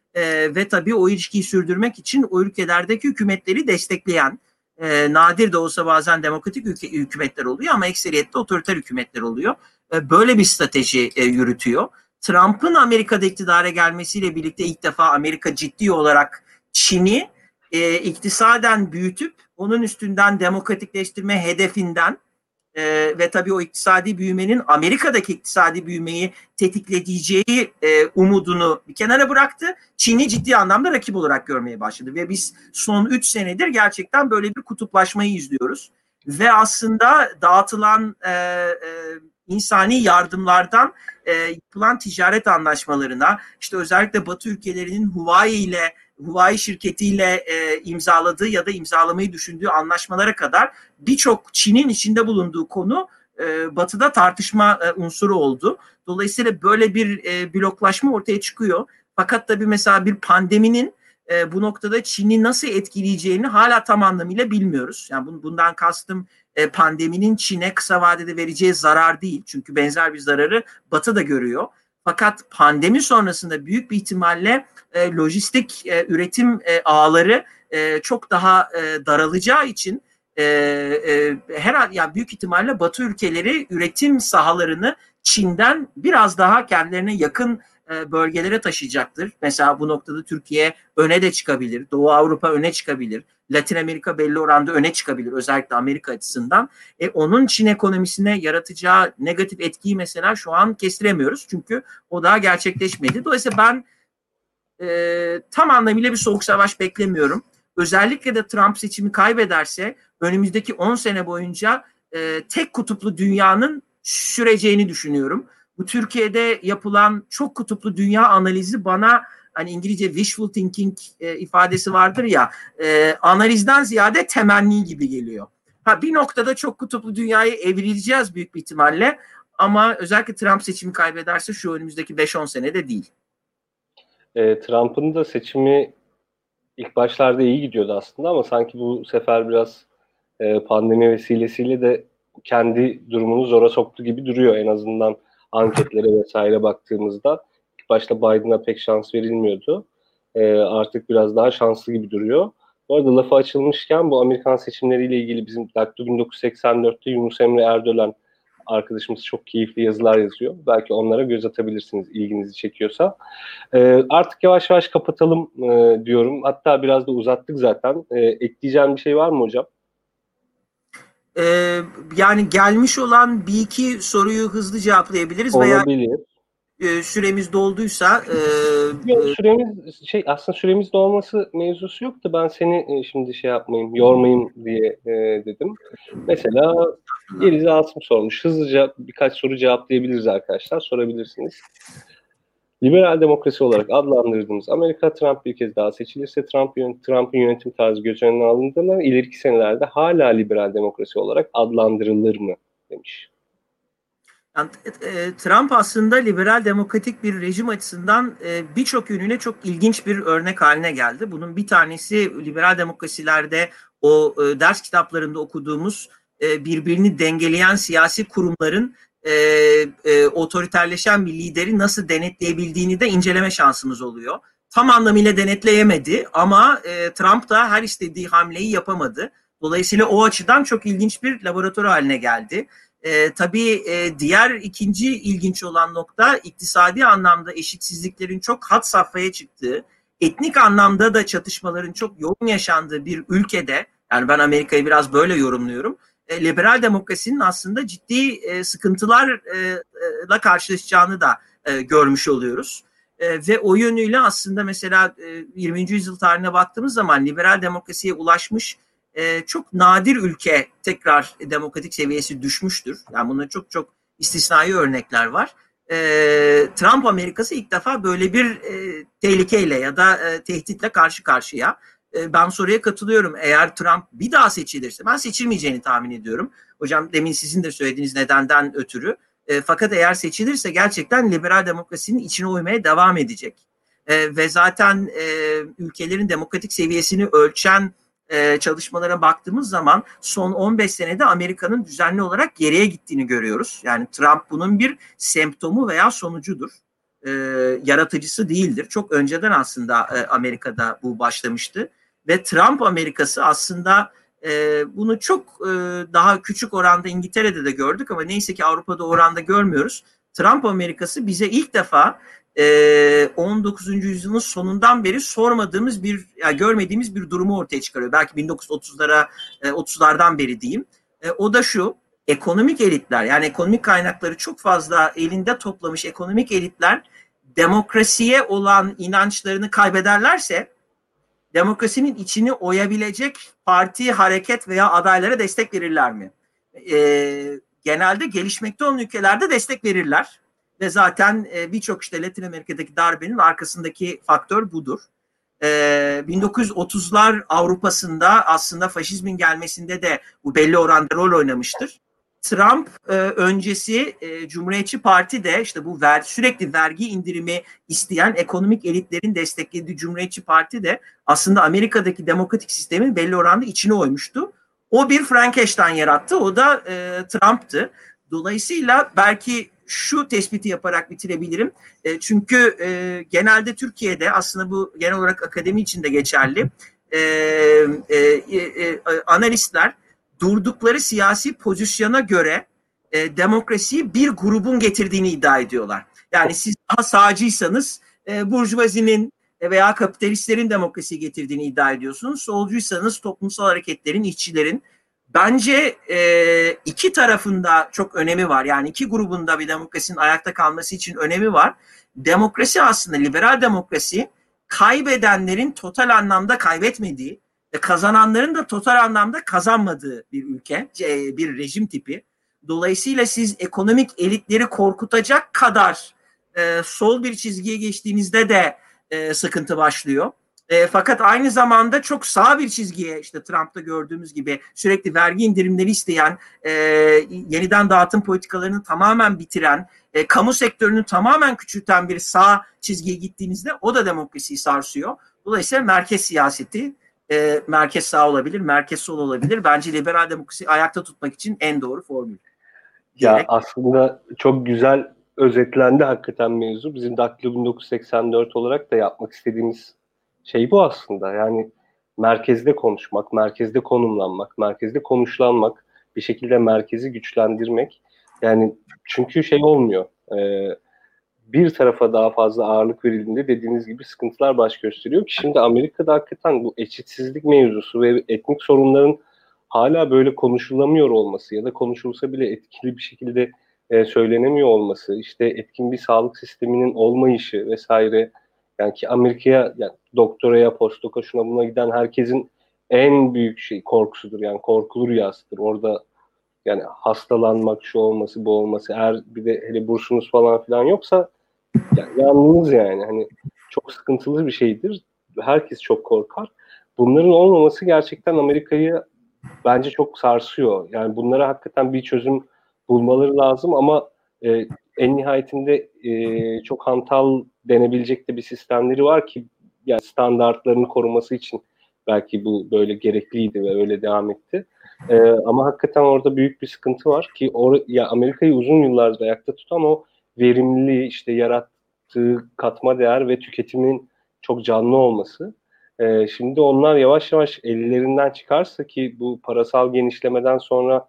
e, ve tabii o ilişkiyi sürdürmek için o ülkelerdeki hükümetleri destekleyen, e, nadir de olsa bazen demokratik ülke, hükümetler oluyor ama ekseriyette otoriter hükümetler oluyor. E, böyle bir strateji e, yürütüyor. Trump'ın Amerika'da iktidara gelmesiyle birlikte ilk defa Amerika ciddi olarak Çin'i e, iktisaden büyütüp onun üstünden demokratikleştirme hedefinden e, ve tabii o iktisadi büyümenin Amerika'daki iktisadi büyümeyi tetikleyeceği e, umudunu bir kenara bıraktı. Çin'i ciddi anlamda rakip olarak görmeye başladı ve biz son üç senedir gerçekten böyle bir kutuplaşmayı izliyoruz. Ve aslında dağıtılan e, e, insani yardımlardan e, yapılan ticaret anlaşmalarına, işte özellikle Batı ülkelerinin Huawei ile Huawei şirketiyle e, imzaladığı ya da imzalamayı düşündüğü anlaşmalara kadar birçok Çin'in içinde bulunduğu konu e, Batı'da tartışma e, unsuru oldu. Dolayısıyla böyle bir e, bloklaşma ortaya çıkıyor. Fakat tabii mesela bir pandeminin e, bu noktada Çin'i nasıl etkileyeceğini hala tam anlamıyla bilmiyoruz. Yani bundan kastım e, pandeminin Çin'e kısa vadede vereceği zarar değil. Çünkü benzer bir zararı Batı da görüyor. Fakat pandemi sonrasında büyük bir ihtimalle e, lojistik e, üretim e, ağları e, çok daha e, daralacağı için e, e, herhalde yani büyük ihtimalle Batı ülkeleri üretim sahalarını Çin'den biraz daha kendilerine yakın e, bölgelere taşıyacaktır. Mesela bu noktada Türkiye öne de çıkabilir, Doğu Avrupa öne çıkabilir, Latin Amerika belli oranda öne çıkabilir özellikle Amerika açısından. E, onun Çin ekonomisine yaratacağı negatif etkiyi mesela şu an kestiremiyoruz çünkü o daha gerçekleşmedi. Dolayısıyla ben e, tam anlamıyla bir soğuk savaş beklemiyorum. Özellikle de Trump seçimi kaybederse önümüzdeki on sene boyunca e, tek kutuplu dünyanın süreceğini düşünüyorum. Bu Türkiye'de yapılan çok kutuplu dünya analizi bana hani İngilizce wishful thinking e, ifadesi vardır ya, e, analizden ziyade temenni gibi geliyor. Ha, bir noktada çok kutuplu dünyayı evrileceğiz büyük bir ihtimalle ama özellikle Trump seçimi kaybederse şu önümüzdeki beş on senede değil. E, Trump'ın da seçimi ilk başlarda iyi gidiyordu aslında ama sanki bu sefer biraz e, pandemi vesilesiyle de kendi durumunu zora soktu gibi duruyor. En azından anketlere vesaire baktığımızda ilk başta Biden'a pek şans verilmiyordu. E, artık biraz daha şanslı gibi duruyor. Bu arada lafı açılmışken bu Amerikan seçimleriyle ilgili bizim Daktilo bin dokuz yüz seksen dörtte Yunus Emre Erdoğan arkadaşımız çok keyifli yazılar yazıyor. Belki onlara göz atabilirsiniz ilginizi çekiyorsa. E, artık yavaş yavaş kapatalım e, diyorum. Hatta biraz da uzattık zaten. E, ekleyeceğim bir şey var mı hocam? Ee, yani gelmiş olan bir iki soruyu hızlı cevaplayabiliriz. Olabilir. Veya e, süremiz dolduysa e, Yok, süremiz şey aslında süremiz dolması mevzusu yok da ben seni e, şimdi şey yapmayayım, yormayayım diye e, dedim. Mesela Yeliz Asım sormuş. Hızlıca birkaç soru cevaplayabiliriz arkadaşlar. Sorabilirsiniz. Liberal demokrasi olarak adlandırdığımız Amerika Trump bir kez daha seçilirse Trump Trump'ın yönetim tarzı göz önüne alındığında ileriki senelerde hala liberal demokrasi olarak adlandırılır mı demiş. Yani, e, Trump aslında liberal demokratik bir rejim açısından e, birçok yönüne çok ilginç bir örnek haline geldi. Bunun bir tanesi liberal demokrasilerde o e, ders kitaplarında okuduğumuz e, birbirini dengeleyen siyasi kurumların e, e, otoriterleşen bir lideri nasıl denetleyebildiğini de inceleme şansımız oluyor. Tam anlamıyla denetleyemedi ama e, Trump da her istediği hamleyi yapamadı. Dolayısıyla o açıdan çok ilginç bir laboratuvar haline geldi. E, tabii e, diğer ikinci ilginç olan nokta iktisadi anlamda eşitsizliklerin çok had safhaya çıktığı, etnik anlamda da çatışmaların çok yoğun yaşandığı bir ülkede, yani ben Amerika'yı biraz böyle yorumluyorum, e, liberal demokrasinin aslında ciddi e, sıkıntılarla karşılaşacağını da e, görmüş oluyoruz. E, ve o yönüyle aslında mesela e, yirminci yüzyıl tarihine baktığımız zaman liberal demokrasiye ulaşmış Ee, çok nadir ülke tekrar demokratik seviyesi düşmüştür. Yani bunda çok çok istisnai örnekler var. Ee, Trump Amerikası ilk defa böyle bir e, tehlikeyle ya da e, tehditle karşı karşıya. E, ben soruya katılıyorum. Eğer Trump bir daha seçilirse, ben seçilmeyeceğini tahmin ediyorum. Hocam demin sizin de söylediğiniz nedenden ötürü. E, fakat eğer seçilirse gerçekten liberal demokrasinin içine uymaya devam edecek. E, ve zaten e, ülkelerin demokratik seviyesini ölçen çalışmalara baktığımız zaman son on beş senede Amerika'nın düzenli olarak geriye gittiğini görüyoruz. Yani Trump bunun bir semptomu veya sonucudur. e, yaratıcısı değildir. Çok önceden aslında e, Amerika'da bu başlamıştı. Ve Trump Amerikası aslında e, bunu çok e, daha küçük oranda İngiltere'de de gördük ama neyse ki Avrupa'da oranda görmüyoruz. Trump Amerikası bize ilk defa e, on dokuzuncu yüzyılın sonundan beri sormadığımız bir, yani görmediğimiz bir durumu ortaya çıkarıyor. Belki bin dokuz yüz otuzlara, e, otuzlardan beri diyeyim. E, o da şu: ekonomik elitler, yani ekonomik kaynakları çok fazla elinde toplamış ekonomik elitler demokrasiye olan inançlarını kaybederlerse demokrasinin içini oyabilecek parti, hareket veya adaylara destek verirler mi? Ee, genelde gelişmekte olan ülkelerde destek verirler. Ve zaten e, birçok işte Latin Amerika'daki darbenin arkasındaki faktör budur. Ee, bin dokuz yüz otuzlar Avrupa'sında aslında faşizmin gelmesinde de bu belli oranda rol oynamıştır. Trump e, öncesi e, Cumhuriyetçi Parti de işte bu ver, sürekli vergi indirimi isteyen ekonomik elitlerin desteklediği Cumhuriyetçi Parti de aslında Amerika'daki demokratik sistemin belli oranda içine oymuştu. O bir Frankenstein yarattı, o da e, Trump'tı. Dolayısıyla belki şu tespiti yaparak bitirebilirim. E, çünkü e, genelde Türkiye'de, aslında bu genel olarak akademi için de geçerli, e, e, e, analistler durdukları siyasi pozisyona göre e, demokrasiyi bir grubun getirdiğini iddia ediyorlar. Yani siz daha sağcıysanız e, burjuvazinin veya kapitalistlerin demokrasiyi getirdiğini iddia ediyorsunuz. Solcuysanız toplumsal hareketlerin, işçilerin. Bence e, iki tarafında çok önemi var. Yani iki grubunda bir demokrasinin ayakta kalması için önemi var. Demokrasi, aslında liberal demokrasi, kaybedenlerin total anlamda kaybetmediği ve kazananların da total anlamda kazanmadığı bir ülke, bir rejim tipi. Dolayısıyla siz ekonomik elitleri korkutacak kadar e, sol bir çizgiye geçtiğinizde de e, sıkıntı başlıyor. E, fakat aynı zamanda çok sağ bir çizgiye, işte Trump'ta gördüğümüz gibi sürekli vergi indirimleri isteyen, e, yeniden dağıtım politikalarını tamamen bitiren, e, kamu sektörünü tamamen küçülten bir sağ çizgiye gittiğinizde o da demokrasiyi sarsıyor. Dolayısıyla merkez siyaseti, e, merkez sağ olabilir, merkez sol olabilir. Bence liberal demokrasiyi ayakta tutmak için en doğru formül. Ya Diyerek. Aslında çok güzel özetlendi hakikaten mevzu. Bizim Daktilo bin dokuz yüz seksen dört olarak da yapmak istediğimiz şey bu aslında. Yani merkezde konuşmak, merkezde konumlanmak, merkezde konuşlanmak, bir şekilde merkezi güçlendirmek. Yani çünkü şey olmuyor. E, bir tarafa daha fazla ağırlık verildiğinde dediğiniz gibi sıkıntılar baş gösteriyor ki şimdi Amerika'da hakikaten bu eşitsizlik mevzusu ve etnik sorunların hala böyle konuşulamıyor olması ya da konuşulsa bile etkili bir şekilde e, söylenemiyor olması, işte etkin bir sağlık sisteminin olmayışı vesaire. Yani ki Amerika'ya, yani doktoraya, postdoka, şuna buna giden herkesin en büyük şey korkusudur. Yani korkulu rüyasıdır. Orada yani hastalanmak, şu olması, bu olması, eğer bir de hele bursunuz falan filan yoksa yani yalnız, yani hani çok sıkıntılı bir şeydir. Herkes çok korkar. Bunların olmaması gerçekten Amerika'yı bence çok sarsıyor. Yani bunlara hakikaten bir çözüm bulmaları lazım ama e, en nihayetinde e, çok hantal denebilecek de bir sistemleri var ki yani standartlarını koruması için belki bu böyle gerekliydi ve öyle devam etti. E, ama hakikaten orada büyük bir sıkıntı var ki or- ya Amerika'yı uzun yıllardır ayakta tutan o verimliliği, işte yarattığı katma değer ve tüketimin çok canlı olması. Ee, şimdi onlar yavaş yavaş ellerinden çıkarsa ki bu parasal genişlemeden sonra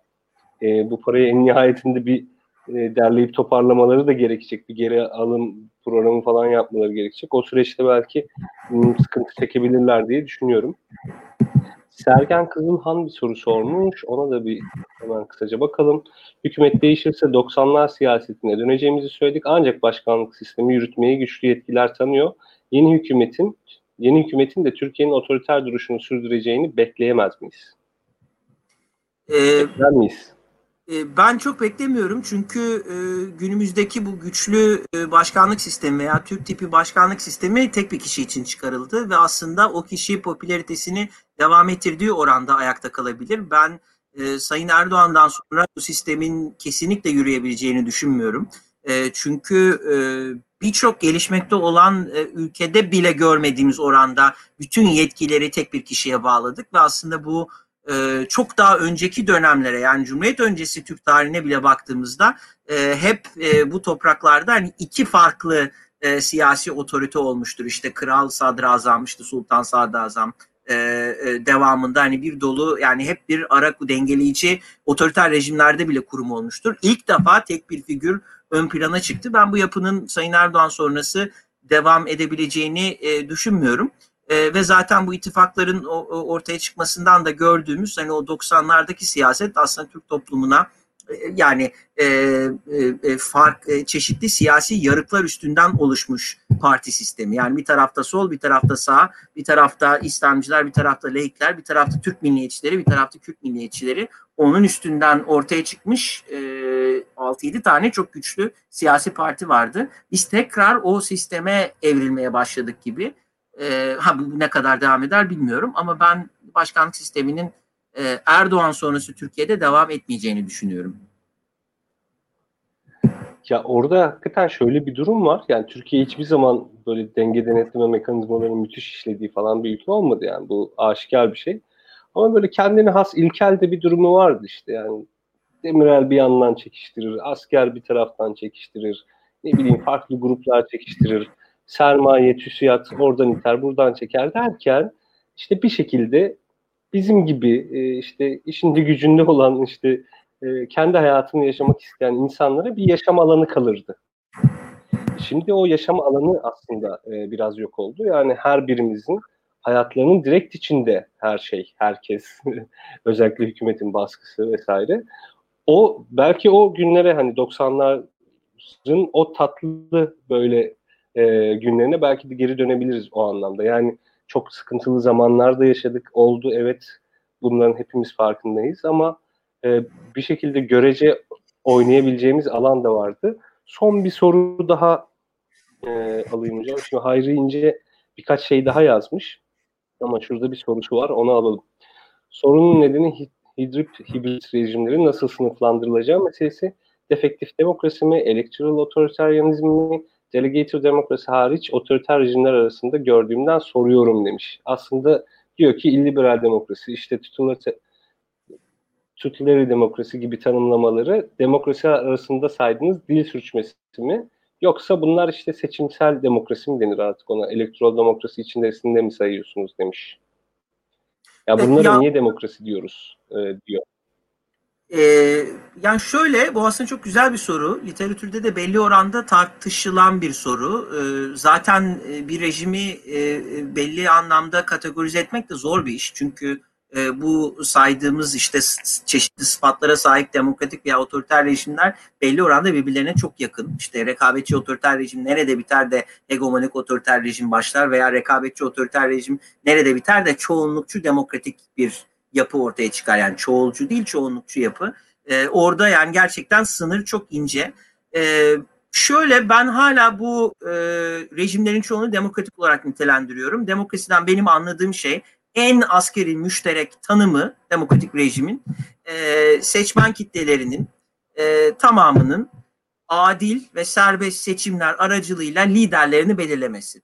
e, bu parayı en nihayetinde bir e, derleyip toparlamaları da gerekecek. Bir geri alım programı falan yapmaları gerekecek. O süreçte belki m, sıkıntı çekebilirler diye düşünüyorum. Sergen Kızılhan bir soru sormuş. Ona da bir hemen kısaca bakalım. Hükümet değişirse doksanlar siyasetine döneceğimizi söyledik. Ancak başkanlık sistemi yürütmeyi güçlü yetkiler tanıyor. Yeni hükümetin Yeni hükümetin de Türkiye'nin otoriter duruşunu sürdüreceğini bekleyemez miyiz? Ee, Bekler miyiz? e, ben çok beklemiyorum çünkü e, günümüzdeki bu güçlü e, başkanlık sistemi veya Türk tipi başkanlık sistemi tek bir kişi için çıkarıldı ve aslında o kişi popülaritesini devam ettirdiği oranda ayakta kalabilir. Ben e, Sayın Erdoğan'dan sonra bu sistemin kesinlikle yürüyebileceğini düşünmüyorum. E, çünkü e, birçok gelişmekte olan e, ülkede bile görmediğimiz oranda bütün yetkileri tek bir kişiye bağladık ve aslında bu e, çok daha önceki dönemlere, yani Cumhuriyet öncesi Türk tarihine bile baktığımızda e, hep e, bu topraklarda hani iki farklı e, siyasi otorite olmuştur. İşte Kral Sadrazam, işte Sultan Sadrazam e, e, devamında hani bir dolu yani hep bir ara dengeleyici otoriter rejimlerde bile kurum olmuştur. İlk defa tek bir figür ön plana çıktı. Ben bu yapının Sayın Erdoğan sonrası devam edebileceğini e, düşünmüyorum. E, ve zaten bu ittifakların o, o ortaya çıkmasından da gördüğümüz hani o doksanlardaki siyaset aslında Türk toplumuna e, yani e, e, fark e, çeşitli siyasi yarıklar üstünden oluşmuş parti sistemi. Yani bir tarafta sol, bir tarafta sağ, bir tarafta İslamcılar, bir tarafta laikler, bir tarafta Türk milliyetçileri, bir tarafta Kürt milliyetçileri. Onun üstünden ortaya çıkmış e, altı yedi tane çok güçlü siyasi parti vardı. Biz tekrar o sisteme evrilmeye başladık gibi. E, ha bu ne kadar devam eder bilmiyorum ama ben başkanlık sisteminin e, Erdoğan sonrası Türkiye'de devam etmeyeceğini düşünüyorum. Ya orada hakikaten şöyle bir durum var. Yani Türkiye hiçbir zaman böyle denge denetleme mekanizmalarının müthiş işlediği falan bir ülke olmadı yani. Bu aşikar bir şey. Ama böyle kendine has ilkel de bir durumu vardı işte. Yani Demirel bir yandan çekiştirir, asker bir taraftan çekiştirir, ne bileyim farklı gruplar çekiştirir, sermaye, TÜSİAD oradan iter, buradan çeker derken işte bir şekilde bizim gibi e, işte işinde gücünde olan işte e, kendi hayatını yaşamak isteyen insanlara bir yaşam alanı kalırdı. Şimdi o yaşam alanı aslında e, biraz yok oldu. Yani her birimizin hayatlarının direkt içinde her şey, herkes, özellikle hükümetin baskısı vesaire. O belki o günlere hani doksanların o tatlı böyle e, günlerine belki de geri dönebiliriz o anlamda. Yani çok sıkıntılı zamanlarda yaşadık. Oldu evet, bunların hepimiz farkındayız ama e, bir şekilde görece oynayabileceğimiz alan da vardı. Son bir soru daha e, alayım hocam. Şimdi Hayri İnce birkaç şey daha yazmış ama şurada bir sorusu var, onu alalım. Sorunun nedeni hibrit, hibrit rejimlerin nasıl sınıflandırılacağı meselesi. Defektif demokrasi mi, electoral otoriteryanizm mi, delegated demokrasi hariç otoriter rejimler arasında gördüğümden soruyorum demiş. Aslında diyor ki illiberal demokrasi, işte tutelary demokrasi gibi tanımlamaları demokrasi arasında saydığınız dil sürçmesi mi? Yoksa bunlar işte seçimsel demokrasi mi denir artık ona? Elektoral demokrasi içerisinde mi sayıyorsunuz demiş. Ya bunlara Ya, niye demokrasi diyoruz e, diyor. e, yani şöyle, bu aslında çok güzel bir soru. Literatürde de belli oranda tartışılan bir soru. E, zaten bir rejimi e, belli anlamda kategorize etmek de zor bir iş. Çünkü e, bu saydığımız işte çeşitli sıfatlara sahip demokratik veya otoriter rejimler belli oranda birbirlerine çok yakın. İşte rekabetçi otoriter rejim nerede biter de hegemonik otoriter rejim başlar veya rekabetçi otoriter rejim nerede biter de çoğunlukçu demokratik bir yapı ortaya çıkar. Yani çoğulcu değil, çoğunlukçu yapı. Ee, orada yani gerçekten sınır çok ince. Ee, şöyle ben hala bu e, rejimlerin çoğunu demokratik olarak nitelendiriyorum. Demokrasiden benim anladığım şey en askeri müşterek tanımı demokratik rejimin e, seçmen kitlelerinin e, tamamının adil ve serbest seçimler aracılığıyla liderlerini belirlemesi.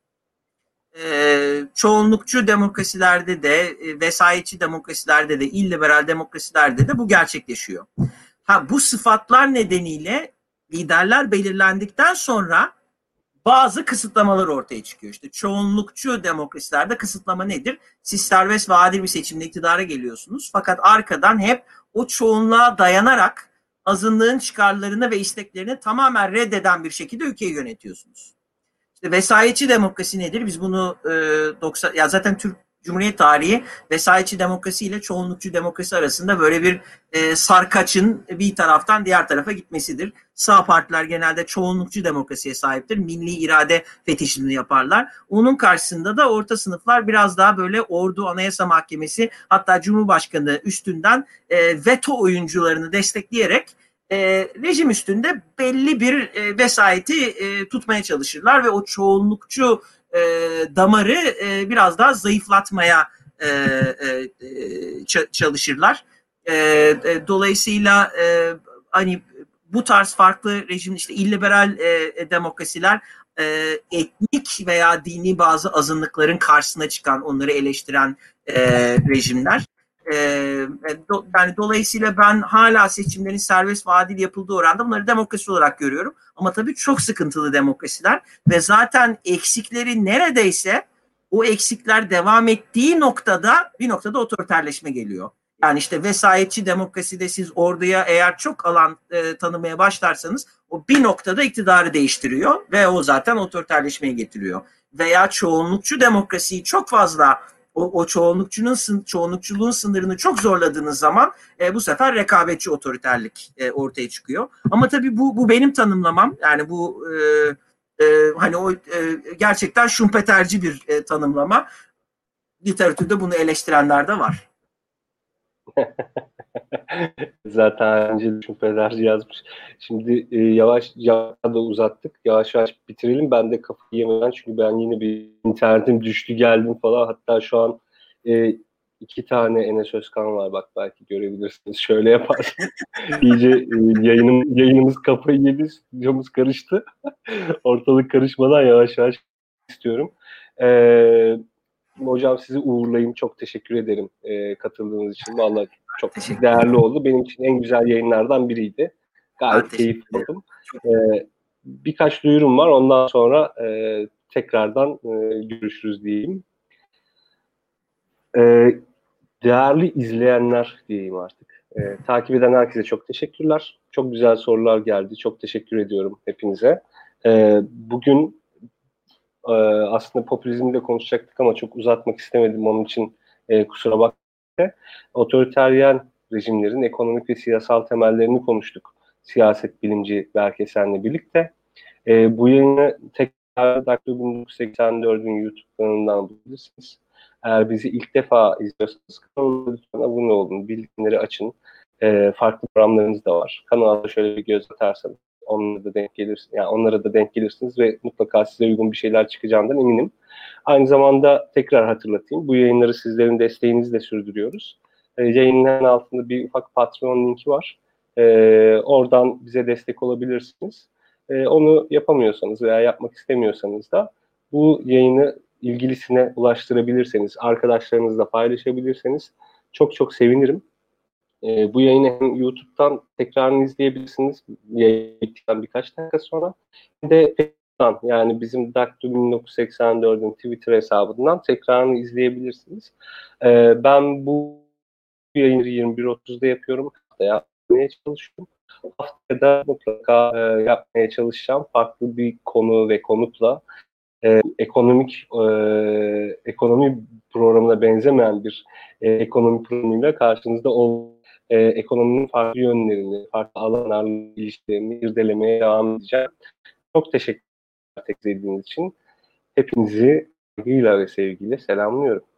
Ee, çoğunlukçu demokrasilerde de, e, vesayetçi demokrasilerde de, illiberal demokrasilerde de bu gerçekleşiyor. Ha, bu sıfatlar nedeniyle liderler belirlendikten sonra bazı kısıtlamalar ortaya çıkıyor. İşte çoğunlukçu demokrasilerde kısıtlama nedir? Siz serbest ve adil bir seçimle iktidara geliyorsunuz. Fakat arkadan hep o çoğunluğa dayanarak azınlığın çıkarlarını ve isteklerini tamamen reddeden bir şekilde ülkeyi yönetiyorsunuz. İşte vesayetçi demokrasi nedir? Biz bunu e, doksan ya zaten Türk Cumhuriyet tarihi vesayetçi demokrasi ile çoğunlukçu demokrasi arasında böyle bir e, sarkaçın bir taraftan diğer tarafa gitmesidir. Sağ partiler genelde çoğunlukçu demokrasiye sahiptir. Milli irade fetişini yaparlar. Onun karşısında da orta sınıflar biraz daha böyle ordu, anayasa mahkemesi, hatta Cumhurbaşkanı üstünden e, veto oyuncularını destekleyerek e, rejim üstünde belli bir e, vesayeti e, tutmaya çalışırlar ve o çoğunlukçu e, damarı e, biraz daha zayıflatmaya e, e, ç- çalışırlar. E, e, dolayısıyla e, hani bu tarz farklı rejim, işte illiberal e, demokrasiler e, etnik veya dini bazı azınlıkların karşısına çıkan, onları eleştiren e, rejimler. E, do, yani dolayısıyla ben hala seçimlerin serbest ve adil yapıldığı oranda bunları demokrasi olarak görüyorum. Ama tabii çok sıkıntılı demokrasiler ve zaten eksikleri neredeyse o eksikler devam ettiği noktada bir noktada otoriterleşme geliyor. Yani işte vesayetçi demokraside siz orduya eğer çok alan e, tanımaya başlarsanız o bir noktada iktidarı değiştiriyor ve o zaten otoriterleşmeye getiriyor. Veya çoğunlukçu demokrasiyi çok fazla o, o çoğunlukçunun çoğunlukçuluğun sınırını çok zorladığınız zaman e, bu sefer rekabetçi otoriterlik e, ortaya çıkıyor. Ama tabii bu bu benim tanımlamam. Yani bu e, e, hani o e, gerçekten şumpeterci bir e, tanımlama. Literatürde bunu eleştirenler de var. Zaten önce şüpheler yazmış. Şimdi e, yavaş yavaş da uzattık. Yavaş yavaş bitirelim. Ben de kafayı yemeden, çünkü ben yine bir internetim düştü geldim falan. Hatta şu an e, iki tane Enes Özkan var. Bak belki görebilirsiniz. Şöyle yaparsın. İyice e, yayınım, yayınımız kafayı yedi. Stüdyomuz karıştı. Ortalık karışmadan yavaş yavaş istiyorum. Eee Hocam sizi uğurlayayım. Çok teşekkür ederim e, katıldığınız için. Vallahi çok değerli oldu. Benim için en güzel yayınlardan biriydi. Gayet keyifli oldum. E, birkaç duyurum var. Ondan sonra e, tekrardan e, görüşürüz diyeyim. E, değerli izleyenler diyeyim artık. E, takip eden herkese çok teşekkürler. Çok güzel sorular geldi. Çok teşekkür ediyorum hepinize. E, bugün Ee, aslında popülizmi de konuşacaktık ama çok uzatmak istemedim. Onun için e, kusura bakmayın. Otoriteryen rejimlerin ekonomik ve siyasal temellerini konuştuk. Siyaset bilimci Berk Esen'le birlikte. E, bu yayını tekrar Daktilo bin dokuz yüz seksen dördün YouTube kanalından bulabilirsiniz. Eğer bizi ilk defa izliyorsanız kanalımıza lütfen abone olun. Bildirimleri açın. E, farklı programlarımız da var. Kanala şöyle bir göz atarsanız onlara da denk gelirsiniz. Yani onlara da denk gelirsiniz ve mutlaka size uygun bir şeyler çıkacağından eminim. Aynı zamanda tekrar hatırlatayım. Bu yayınları sizlerin desteğinizle sürdürüyoruz. E, yayının hemen altında bir ufak Patreon linki var. E, oradan bize destek olabilirsiniz. E, onu yapamıyorsanız veya yapmak istemiyorsanız da bu yayını ilgilisine ulaştırabilirseniz, arkadaşlarınızla paylaşabilirseniz çok çok sevinirim. E, bu yayını hem YouTube'dan tekrarını izleyebilirsiniz yayından birkaç dakika sonra. Bir de Facebook'tan, yani bizim Daktilo bin dokuz yüz seksen dördün Twitter hesabından tekrarını izleyebilirsiniz. E, ben bu yayını yirmi bir otuzda yapıyorum. Haftaya yapmaya çalışıyorum. Haftaya da mutlaka e, yapmaya çalışacağım. Farklı bir konu ve konukla e, ekonomik e, ekonomi programına benzemeyen bir e, ekonomi programıyla karşınızda ol e, ekonominin farklı yönlerini, farklı alanlarla ilişkilerini irdelemeye devam edeceğim. Çok teşekkür ederim izlediğiniz için. Hepinizi saygıyla ve sevgiyle selamlıyorum.